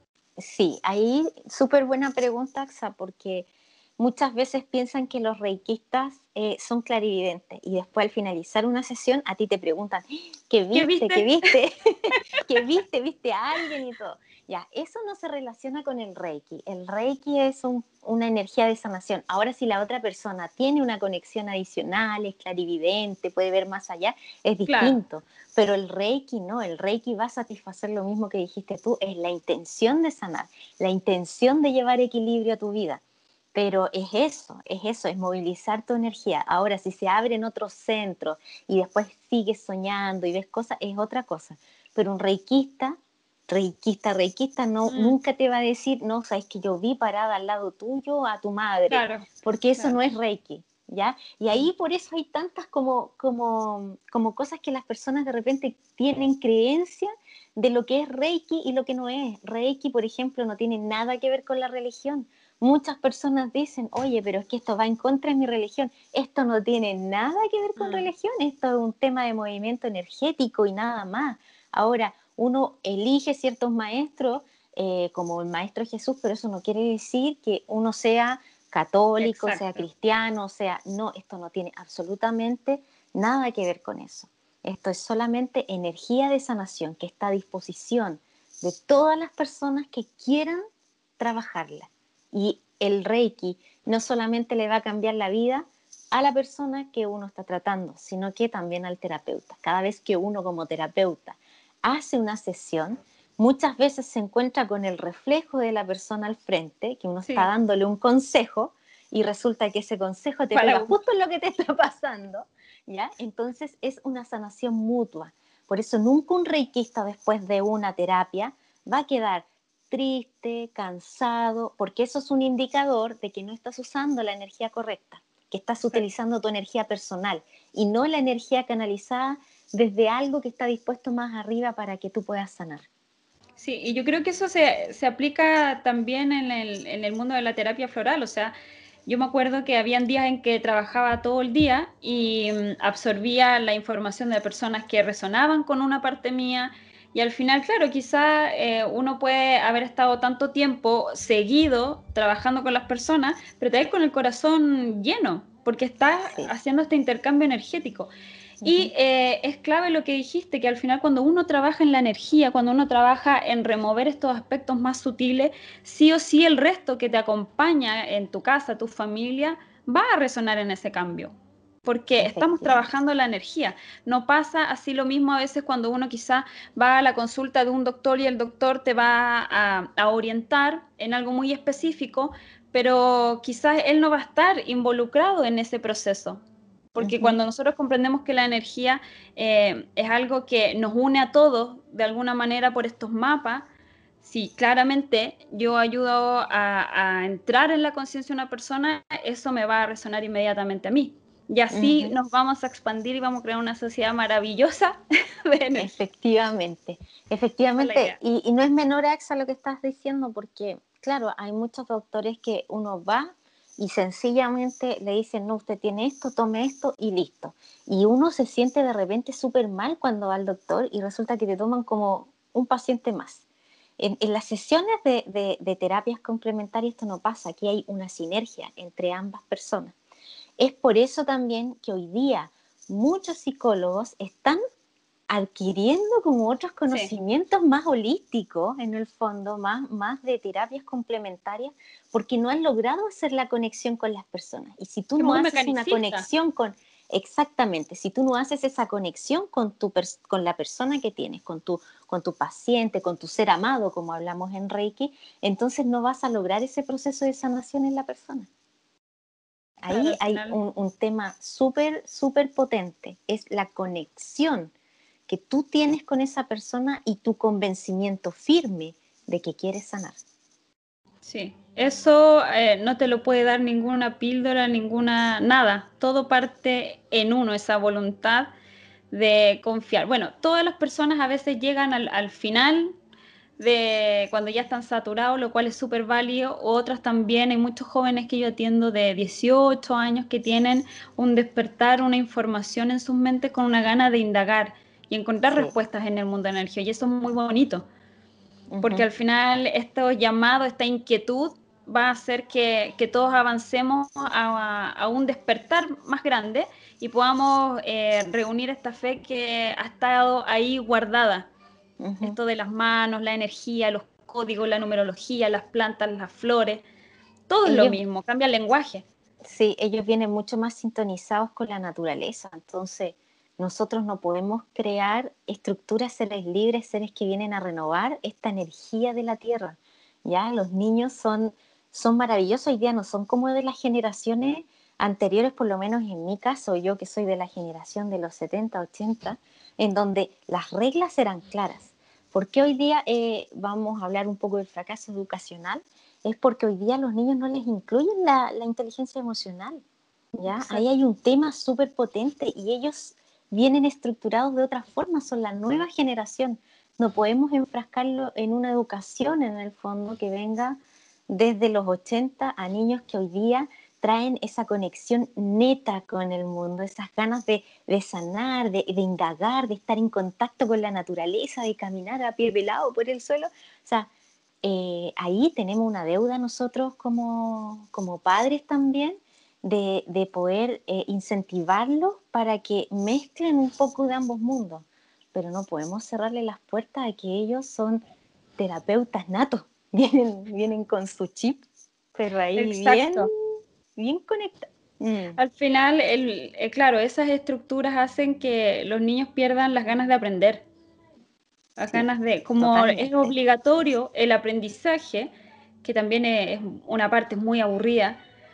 Sí, ahí súper buena pregunta, Axa, porque muchas veces piensan que los reikistas eh, son clarividentes y después al finalizar una sesión a ti te preguntan, ¿qué ¿Qué viste? ¿Qué viste? viste? ¿Qué viste? ¿Viste a alguien y todo? Ya, eso no se relaciona con el Reiki. El Reiki es un- una energía de sanación. Ahora, si la otra persona tiene una conexión adicional, es clarividente, puede ver más allá, es Claro, distinto. Pero el Reiki no, el Reiki va a satisfacer lo mismo que dijiste tú, es la intención de sanar, la intención de llevar equilibrio a tu vida. Pero es eso, es eso, es movilizar tu energía. Ahora, si se abren otros centros y después sigues soñando y ves cosas, es otra cosa. Pero un reikista, reikista, reikista, no, mm, nunca te va a decir, no, sabes que yo vi parada al lado tuyo a tu madre, claro, porque eso claro. no es reiki, ¿ya? Y Mm. ahí por eso hay tantas como, como, como cosas que las personas de repente tienen creencia de lo que es reiki y lo que no es. Reiki, por ejemplo, no tiene nada que ver con la religión. Muchas personas dicen, oye, pero es que esto va en contra de mi religión. Esto no tiene nada que ver con Mm. religión, esto es un tema de movimiento energético y nada más. Ahora, uno elige ciertos maestros, eh, como el maestro Jesús, pero eso no quiere decir que uno sea católico, sea Exacto. cristiano, sea, no, esto no tiene absolutamente nada que ver con eso. Esto es solamente energía de sanación que está a disposición de todas las personas que quieran trabajarla. Y el Reiki no solamente le va a cambiar la vida a la persona que uno está tratando, sino que también al terapeuta. Cada vez que uno como terapeuta hace una sesión, muchas veces se encuentra con el reflejo de la persona al frente, que uno está Sí, dándole un consejo y resulta que ese consejo te para pega uno. justo en lo que te está pasando, ¿ya? Entonces es una sanación mutua. Por eso nunca un reikista después de una terapia va a quedar triste, cansado, porque eso es un indicador de que no estás usando la energía correcta, que estás Exacto. utilizando tu energía personal y no la energía canalizada desde algo que está dispuesto más arriba para que tú puedas sanar. Sí, y yo creo que eso se, se aplica también en el, en el mundo de la terapia floral. O sea, yo me acuerdo que habían días en que trabajaba todo el día y mm, absorbía la información de personas que resonaban con una parte mía. Y al final, claro, quizá eh, uno puede haber estado tanto tiempo seguido trabajando con las personas, pero te vas con el corazón lleno, porque estás Sí. haciendo este intercambio energético. Uh-huh. Y eh, es clave lo que dijiste, que al final cuando uno trabaja en la energía, cuando uno trabaja en remover estos aspectos más sutiles, sí o sí el resto que te acompaña en tu casa, tu familia, va a resonar en ese cambio. Porque estamos Efectivamente. trabajando la energía. No pasa así lo mismo a veces cuando uno quizá va a la consulta de un doctor y el doctor te va a, a orientar en algo muy específico, pero quizás él no va a estar involucrado en ese proceso. Porque Uh-huh. cuando nosotros comprendemos que la energía eh, es algo que nos une a todos de alguna manera por estos mapas, si claramente yo ayudo a, a entrar en la conciencia de una persona, eso me va a resonar inmediatamente a mí. Y así Uh-huh. nos vamos a expandir y vamos a crear una sociedad maravillosa de energía. Efectivamente, Esa es la efectivamente. idea. Y, y no es menor, Axa, lo que estás diciendo, porque, claro, hay muchos doctores que uno va y sencillamente le dicen, no, usted tiene esto, tome esto y listo. Y uno se siente de repente súper mal cuando va al doctor y resulta que te toman como un paciente más. En, en las sesiones de, de, de terapias complementarias esto no pasa, aquí hay una sinergia entre ambas personas. Es por eso también que hoy día muchos psicólogos están adquiriendo como otros conocimientos sí. más holísticos, en el fondo, más, más de terapias complementarias, porque no han logrado hacer la conexión con las personas. Y si tú es no haces una conexión con... Exactamente, si tú no haces esa conexión con, tu con la persona que tienes, con tu, con tu paciente, con tu ser amado, como hablamos en Reiki, entonces no vas a lograr ese proceso de sanación en la persona. Ahí claro, hay final... un, un tema súper, súper potente, es la conexión que tú tienes con esa persona y tu convencimiento firme de que quieres sanar. Sí, eso eh, no te lo puede dar ninguna píldora, ninguna, nada. Todo parte en uno, esa voluntad de confiar. Bueno, todas las personas a veces llegan al, al final de cuando ya están saturados, lo cual es súper válido. Otras también, hay muchos jóvenes que yo atiendo de dieciocho años que tienen un despertar, una información en sus mentes con una gana de indagar y encontrar sí. respuestas en el mundo de la energía. Y eso es muy bonito. Porque al final este llamado, esta inquietud va a hacer que, que todos avancemos a, a un despertar más grande y podamos eh, reunir esta fe que ha estado ahí guardada. Uh-huh. Esto de las manos, la energía, los códigos, la numerología, las plantas, las flores, todo ellos, es lo mismo, cambia el lenguaje. Sí, ellos vienen mucho más sintonizados con la naturaleza, entonces nosotros no podemos crear estructuras, seres libres, seres que vienen a renovar esta energía de la tierra. Ya los niños son, son maravillosos, hoy día no son como de las generaciones anteriores, por lo menos en mi caso, yo que soy de la generación de los setenta, ochenta, en donde las reglas eran claras. ¿Por qué hoy día eh, vamos a hablar un poco del fracaso educacional? Es porque hoy día a los niños no les incluyen la, la inteligencia emocional, ¿ya? Exacto. Ahí hay un tema súper potente y ellos vienen estructurados de otra forma, son la nueva generación. No podemos enfrascarlo en una educación, en el fondo, que venga desde los ochenta a niños que hoy día traen esa conexión neta con el mundo, esas ganas de, de sanar, de, de indagar, de estar en contacto con la naturaleza, de caminar a pie pelado por el suelo. O sea, Eh, ahí tenemos una deuda nosotros como, como padres también de, de poder eh, incentivarlos para que mezclen un poco de ambos mundos, pero no podemos cerrarle las puertas a que ellos son terapeutas natos, vienen, vienen con su chip, pero ahí Exacto. bien, bien conectados. Mm. Al final, el, eh, claro, esas estructuras hacen que los niños pierdan las ganas de aprender. Las sí, ganas de, como totalmente. Es obligatorio el aprendizaje, que también es una parte muy aburrida,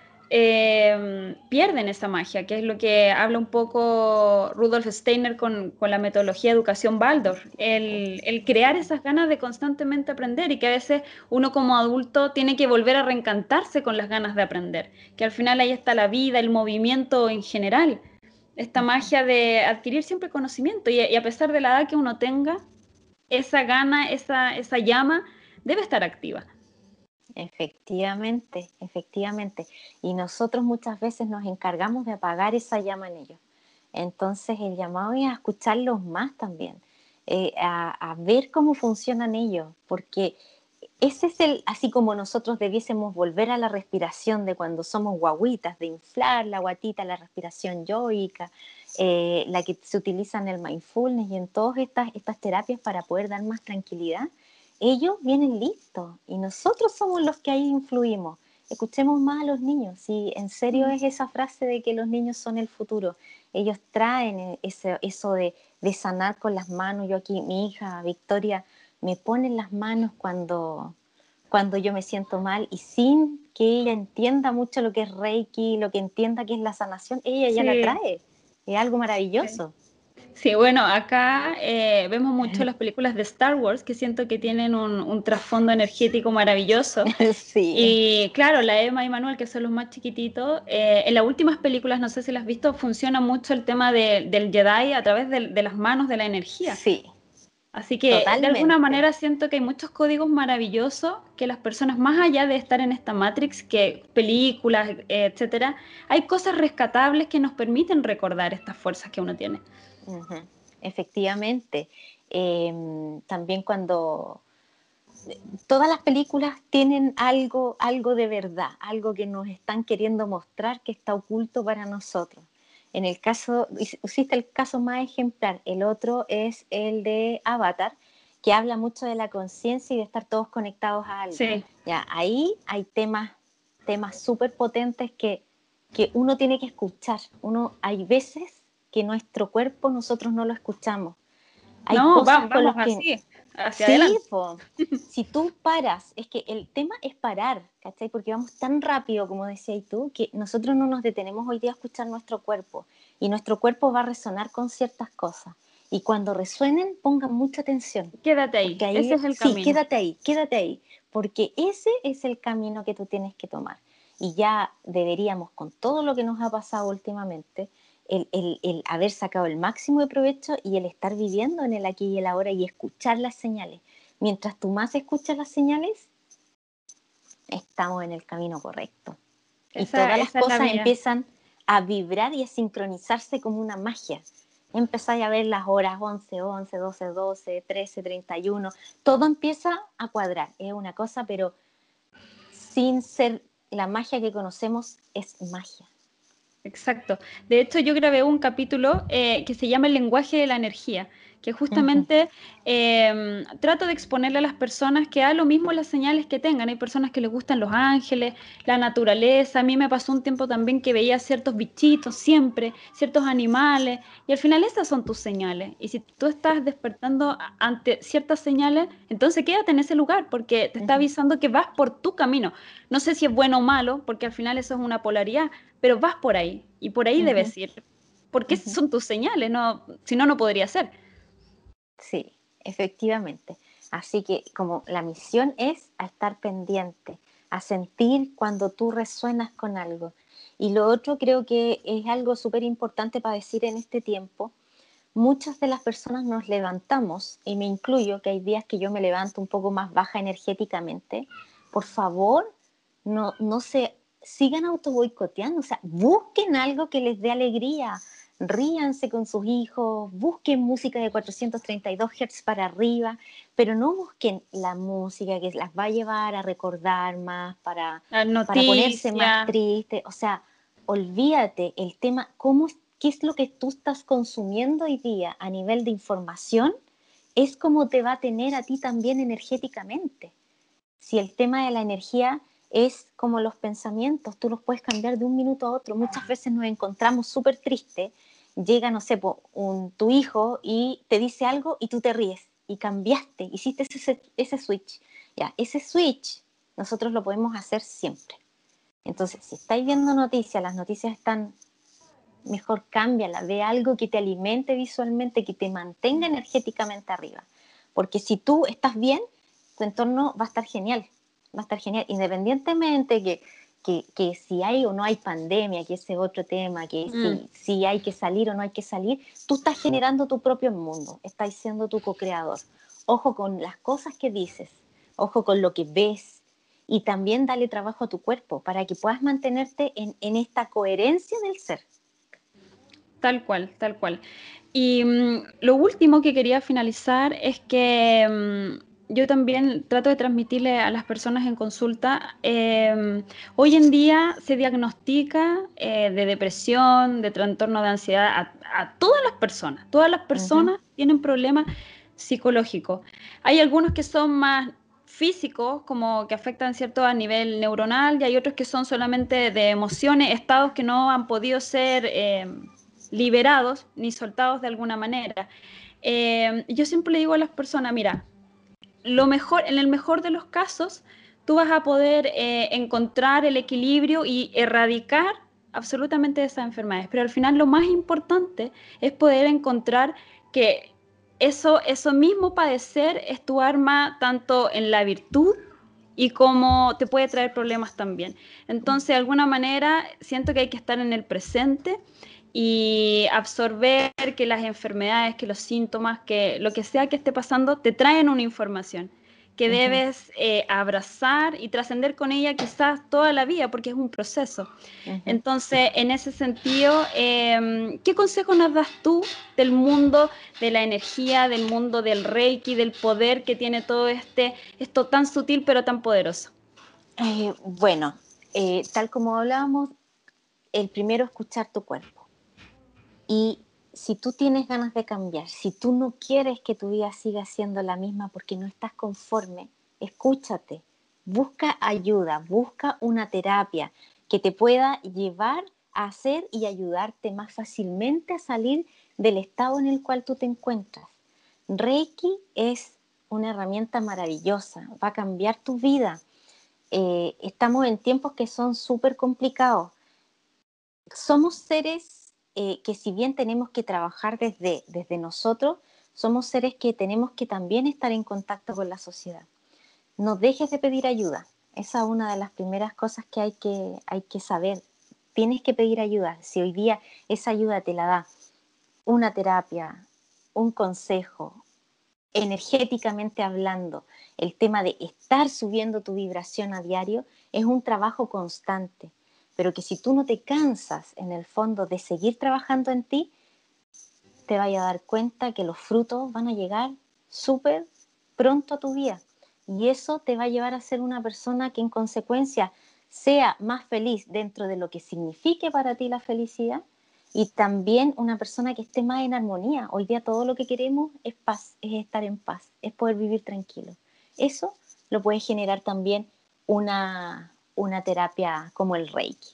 eh, pierden esa magia, que es lo que habla un poco Rudolf Steiner con, con la metodología de educación Waldorf, el, el crear esas ganas de constantemente aprender y que a veces uno como adulto tiene que volver a reencantarse con las ganas de aprender, que al final ahí está la vida, el movimiento en general, esta magia de adquirir siempre conocimiento y, y a pesar de la edad que uno tenga, esa gana, esa, esa llama debe estar activa. Efectivamente, efectivamente. Y nosotros muchas veces nos encargamos de apagar esa llama en ellos. Entonces el llamado es a escucharlos más también, eh, a, a ver cómo funcionan ellos, porque ese es el, así como nosotros debiésemos volver a la respiración de cuando somos guaguitas, de inflar la guatita, la respiración yoica, eh, la que se utiliza en el mindfulness y en todas estas, estas terapias para poder dar más tranquilidad. Ellos vienen listos y nosotros somos los que ahí influimos. Escuchemos más a los niños, si en serio es esa frase de que los niños son el futuro. Ellos traen ese, eso de, de sanar con las manos. Yo aquí, mi hija Victoria, me pone en las manos cuando, cuando yo me siento mal y sin que ella entienda mucho lo que es Reiki, lo que entienda que es la sanación, ella ya sí. la trae. Es algo maravilloso. Sí. Sí, bueno, acá eh, vemos mucho las películas de Star Wars que siento que tienen un, un trasfondo energético maravilloso. Sí. Y claro, la Emma y Manuel, que son los más chiquititos, eh, en las últimas películas, no sé si las has visto, funciona mucho el tema de, del Jedi a través de, de las manos de la energía. Sí. Así que Totalmente. De alguna manera siento que hay muchos códigos maravillosos que las personas, más allá de estar en esta Matrix, que películas, eh, etcétera, hay cosas rescatables que nos permiten recordar estas fuerzas que uno tiene. Uh-huh. Efectivamente. Eh, también cuando, todas las películas tienen algo, algo de verdad, algo que nos están queriendo mostrar que está oculto para nosotros. En el caso, hiciste el caso más ejemplar, el otro es el de Avatar, que habla mucho de la conciencia y de estar todos conectados a algo. Sí. Ya, ahí hay temas temas súper potentes que, que uno tiene que escuchar. Uno, hay veces que nuestro cuerpo nosotros no lo escuchamos. Hay No, cosas vamos, con vamos las que... así, hacia Sí, adelante. po. Si tú paras, es que el tema es parar, ¿cachai? Porque vamos tan rápido, como decías tú, que nosotros no nos detenemos hoy día a escuchar nuestro cuerpo. Y nuestro cuerpo va a resonar con ciertas cosas. Y cuando resuenen, pongan mucha atención. Quédate ahí, Porque ese ahí, es el sí, camino. quédate ahí, quédate ahí. Porque ese es el camino que tú tienes que tomar. Y ya deberíamos, con todo lo que nos ha pasado últimamente, el, el, el haber sacado el máximo de provecho y el estar viviendo en el aquí y el ahora y escuchar las señales. Mientras tú más escuchas las señales, estamos en el camino correcto. Y Esa, todas las esa es la cosas vía. empiezan a vibrar y a sincronizarse como una magia. Empezáis a ver las horas once, once, doce, doce, trece, treinta y uno. Todo empieza a cuadrar. Es una cosa, pero sin ser la magia que conocemos, es magia. Exacto. De hecho, yo grabé un capítulo eh, que se llama El lenguaje de la energía, que Ujú, justamente eh, trato de exponerle a las personas que da lo mismo las señales que tengan. Hay personas que les gustan los ángeles, la naturaleza. A mí me pasó un tiempo también que veía ciertos bichitos siempre, ciertos animales, y al final esas son tus señales. Y si tú estás despertando a- ante ciertas señales, entonces quédate en ese lugar porque te está ujú, avisando que vas por tu camino. No sé si es bueno o malo, porque al final eso es una polaridad, pero vas por ahí y por ahí ujú, debes ir, porque esas ujú. son tus señales, no, si no, no podría ser. Sí, efectivamente. Así que como la misión es a estar pendiente, a sentir cuando tú resuenas con algo. Y lo otro creo que es algo súper importante para decir en este tiempo. Muchas de las personas nos levantamos, y me incluyo, que hay días que yo me levanto un poco más baja energéticamente. Por favor, no, no se sigan auto boicoteando, o sea, busquen algo que les dé alegría, ríanse con sus hijos, busquen música de cuatrocientos treinta y dos hertz para arriba, pero no busquen la música que las va a llevar a recordar más, para, Las para ponerse más noticias, triste. O sea, olvídate el tema, cómo, qué es lo que tú estás consumiendo hoy día a nivel de información, es como te va a tener a ti también energéticamente. Si el tema de la energía es como los pensamientos, tú los puedes cambiar de un minuto a otro. Muchas veces nos encontramos súper tristes, llega, no sé, un, tu hijo y te dice algo y tú te ríes y cambiaste, hiciste ese, ese switch. Ya, ese switch nosotros lo podemos hacer siempre. Entonces, si estáis viendo noticias, las noticias están, mejor cámbiala, ve algo que te alimente visualmente, que te mantenga energéticamente arriba. Porque si tú estás bien, tu entorno va a estar genial, va a estar genial, independientemente que, que, que si hay o no hay pandemia, que ese es otro tema, que mm, si, si hay que salir o no hay que salir, tú estás generando tu propio mundo, estás siendo tu co-creador. Ojo con las cosas que dices, ojo con lo que ves, y también dale trabajo a tu cuerpo para que puedas mantenerte en, en esta coherencia del ser. tal cual, tal cual. Y mm, lo último que quería finalizar es que mm, yo también trato de transmitirle a las personas en consulta, eh, hoy en día se diagnostica eh, de depresión, de trastorno de ansiedad a, a todas las personas. Todas las Ujú, personas tienen problemas psicológicos. Hay algunos que son más físicos, como que afectan cierto a nivel neuronal, y hay otros que son solamente de emociones, estados que no han podido ser eh, liberados ni soltados de alguna manera. Eh, yo siempre le digo a las personas, mira, lo mejor, en el mejor de los casos, tú vas a poder eh, encontrar el equilibrio y erradicar absolutamente esas enfermedades, pero al final lo más importante es poder encontrar que eso, eso mismo padecer es tu arma tanto en la virtud y como te puede traer problemas también. Entonces, de alguna manera, siento que hay que estar en el presente y absorber que las enfermedades, que los síntomas, que lo que sea que esté pasando, te traen una información. que Ujú. debes eh, abrazar y trascender con ella quizás toda la vida, porque es un proceso. Ujú. Entonces, en ese sentido, eh, ¿qué consejo nos das tú del mundo de la energía, del mundo del Reiki, del poder que tiene todo este, esto tan sutil pero tan poderoso? Eh, bueno, eh, tal como hablábamos, el primero escuchar tu cuerpo. Y si tú tienes ganas de cambiar, si tú no quieres que tu vida siga siendo la misma porque no estás conforme, escúchate, busca ayuda, busca una terapia que te pueda llevar a hacer y ayudarte más fácilmente a salir del estado en el cual tú te encuentras. Reiki es una herramienta maravillosa, va a cambiar tu vida. Eh, estamos en tiempos que son súper complicados. Somos seres eh, que si bien tenemos que trabajar desde, desde nosotros, somos seres que tenemos que también estar en contacto con la sociedad. No dejes de pedir ayuda. Esa es una de las primeras cosas que hay que, hay que saber. Tienes que pedir ayuda. Si hoy día esa ayuda te la da una terapia, un consejo, energéticamente hablando, el tema de estar subiendo tu vibración a diario es un trabajo constante, pero que si tú no te cansas en el fondo de seguir trabajando en ti, te vayas a dar cuenta que los frutos van a llegar súper pronto a tu vida. Y eso te va a llevar a ser una persona que en consecuencia sea más feliz dentro de lo que signifique para ti la felicidad y también una persona que esté más en armonía. Hoy día todo lo que queremos es paz, es estar en paz, es poder vivir tranquilo. Eso lo puede generar también una, una terapia como el Reiki.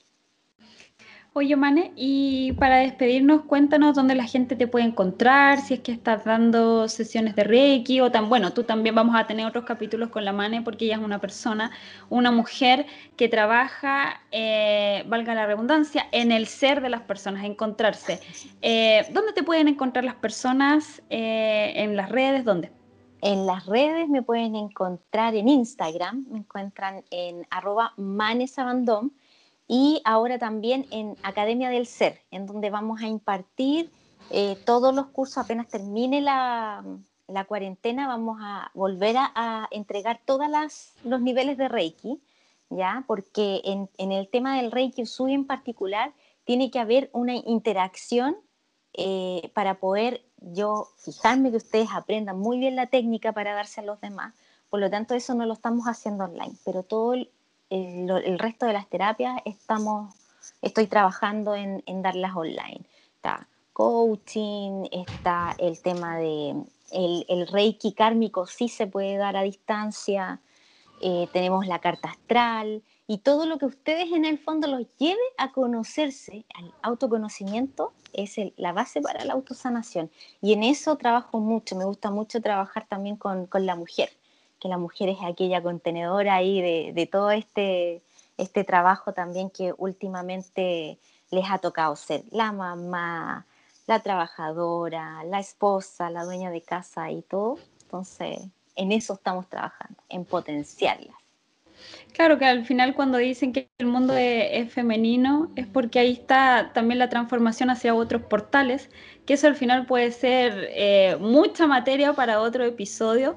Oye, Mane, y para despedirnos, cuéntanos dónde la gente te puede encontrar, si es que estás dando sesiones de Reiki o tan, bueno, tú también vamos a tener otros capítulos con la Mane porque ella es una persona, una mujer que trabaja, eh, valga la redundancia, en el ser de las personas, encontrarse. Eh, ¿dónde te pueden encontrar las personas? Eh, ¿en las redes? ¿Dónde? En las redes me pueden encontrar en Instagram, me encuentran en arroba manesabandom y ahora también en Academia del Ser, en donde vamos a impartir eh, todos los cursos. Apenas termine la, la cuarentena, vamos a volver a, a entregar todos los niveles de Reiki, ¿ya? Porque en, en el tema del Reiki Usui en particular, tiene que haber una interacción eh, para poder yo fijarme que ustedes aprendan muy bien la técnica para darse a los demás. Por lo tanto, eso no lo estamos haciendo online, pero todo el, el, el resto de las terapias estamos, estoy trabajando en, en darlas online. Está coaching, está el tema de el, el Reiki kármico, sí se puede dar a distancia, eh, tenemos la carta astral y todo lo que ustedes en el fondo los lleve a conocerse, al autoconocimiento, es el, la base para la autosanación. Y en eso trabajo mucho, me gusta mucho trabajar también con, con la mujer, que la mujer es aquella contenedora ahí de, de todo este, este trabajo también que últimamente les ha tocado ser la mamá, la trabajadora, la esposa, la dueña de casa y todo. Entonces, en eso estamos trabajando, en potenciarlas. Claro que al final cuando dicen que el mundo e- es, femenino es porque ahí está también la transformación hacia otros portales, que eso al final puede ser eh, mucha materia para otro episodio,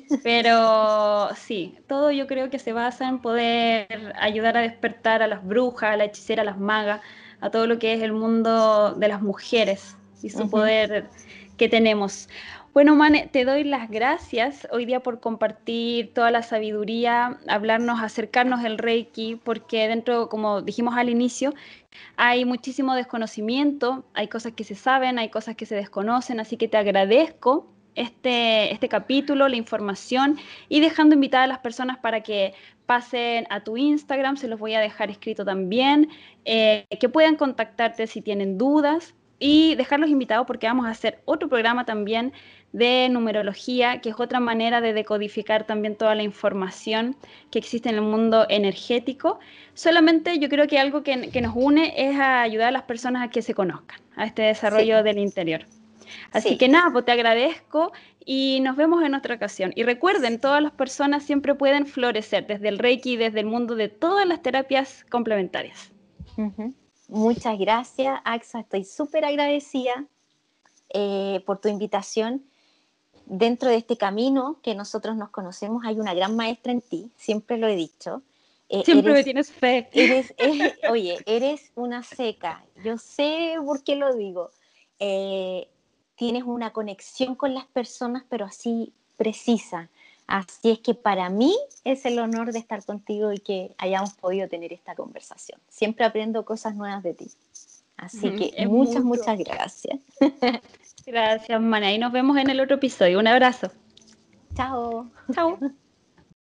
pero sí, todo yo creo que se basa en poder ayudar a despertar a las brujas, a la hechicera, a las magas, a todo lo que es el mundo de las mujeres y su Ujú. poder que tenemos. Bueno, Mane, te doy las gracias hoy día por compartir toda la sabiduría, hablarnos, acercarnos el Reiki, porque dentro, como dijimos al inicio, hay muchísimo desconocimiento, hay cosas que se saben, hay cosas que se desconocen, así que te agradezco este, este capítulo, la información y dejando invitadas a las personas para que pasen a tu Instagram, se los voy a dejar escrito también, eh, que puedan contactarte si tienen dudas y dejarlos invitados porque vamos a hacer otro programa también de numerología, que es otra manera de decodificar también toda la información que existe en el mundo energético. Solamente yo creo que algo que, que nos une es a ayudar a las personas a que se conozcan, a este Sí, desarrollo del interior. Así sí, que nada, pues te agradezco y nos vemos en otra ocasión. Y recuerden, todas las personas siempre pueden florecer desde el Reiki, desde el mundo de todas las terapias complementarias. ujú. Muchas gracias, Axa. Estoy súper agradecida eh, por tu invitación. dentro de este camino que nosotros nos conocemos hay una gran maestra en ti, siempre lo he dicho. Eh, Siempre me eres, tienes fe. eres, eh, oye, eres una seca, yo sé por qué lo digo. Eh, tienes una conexión con las personas, pero así precisa. Así es que para mí es el honor de estar contigo y que hayamos podido tener esta conversación. Siempre aprendo cosas nuevas de ti. Así que Es muchas, mutuo. muchas gracias. Gracias, Mana. Y nos vemos en el otro episodio. Un abrazo. Chao. Chao.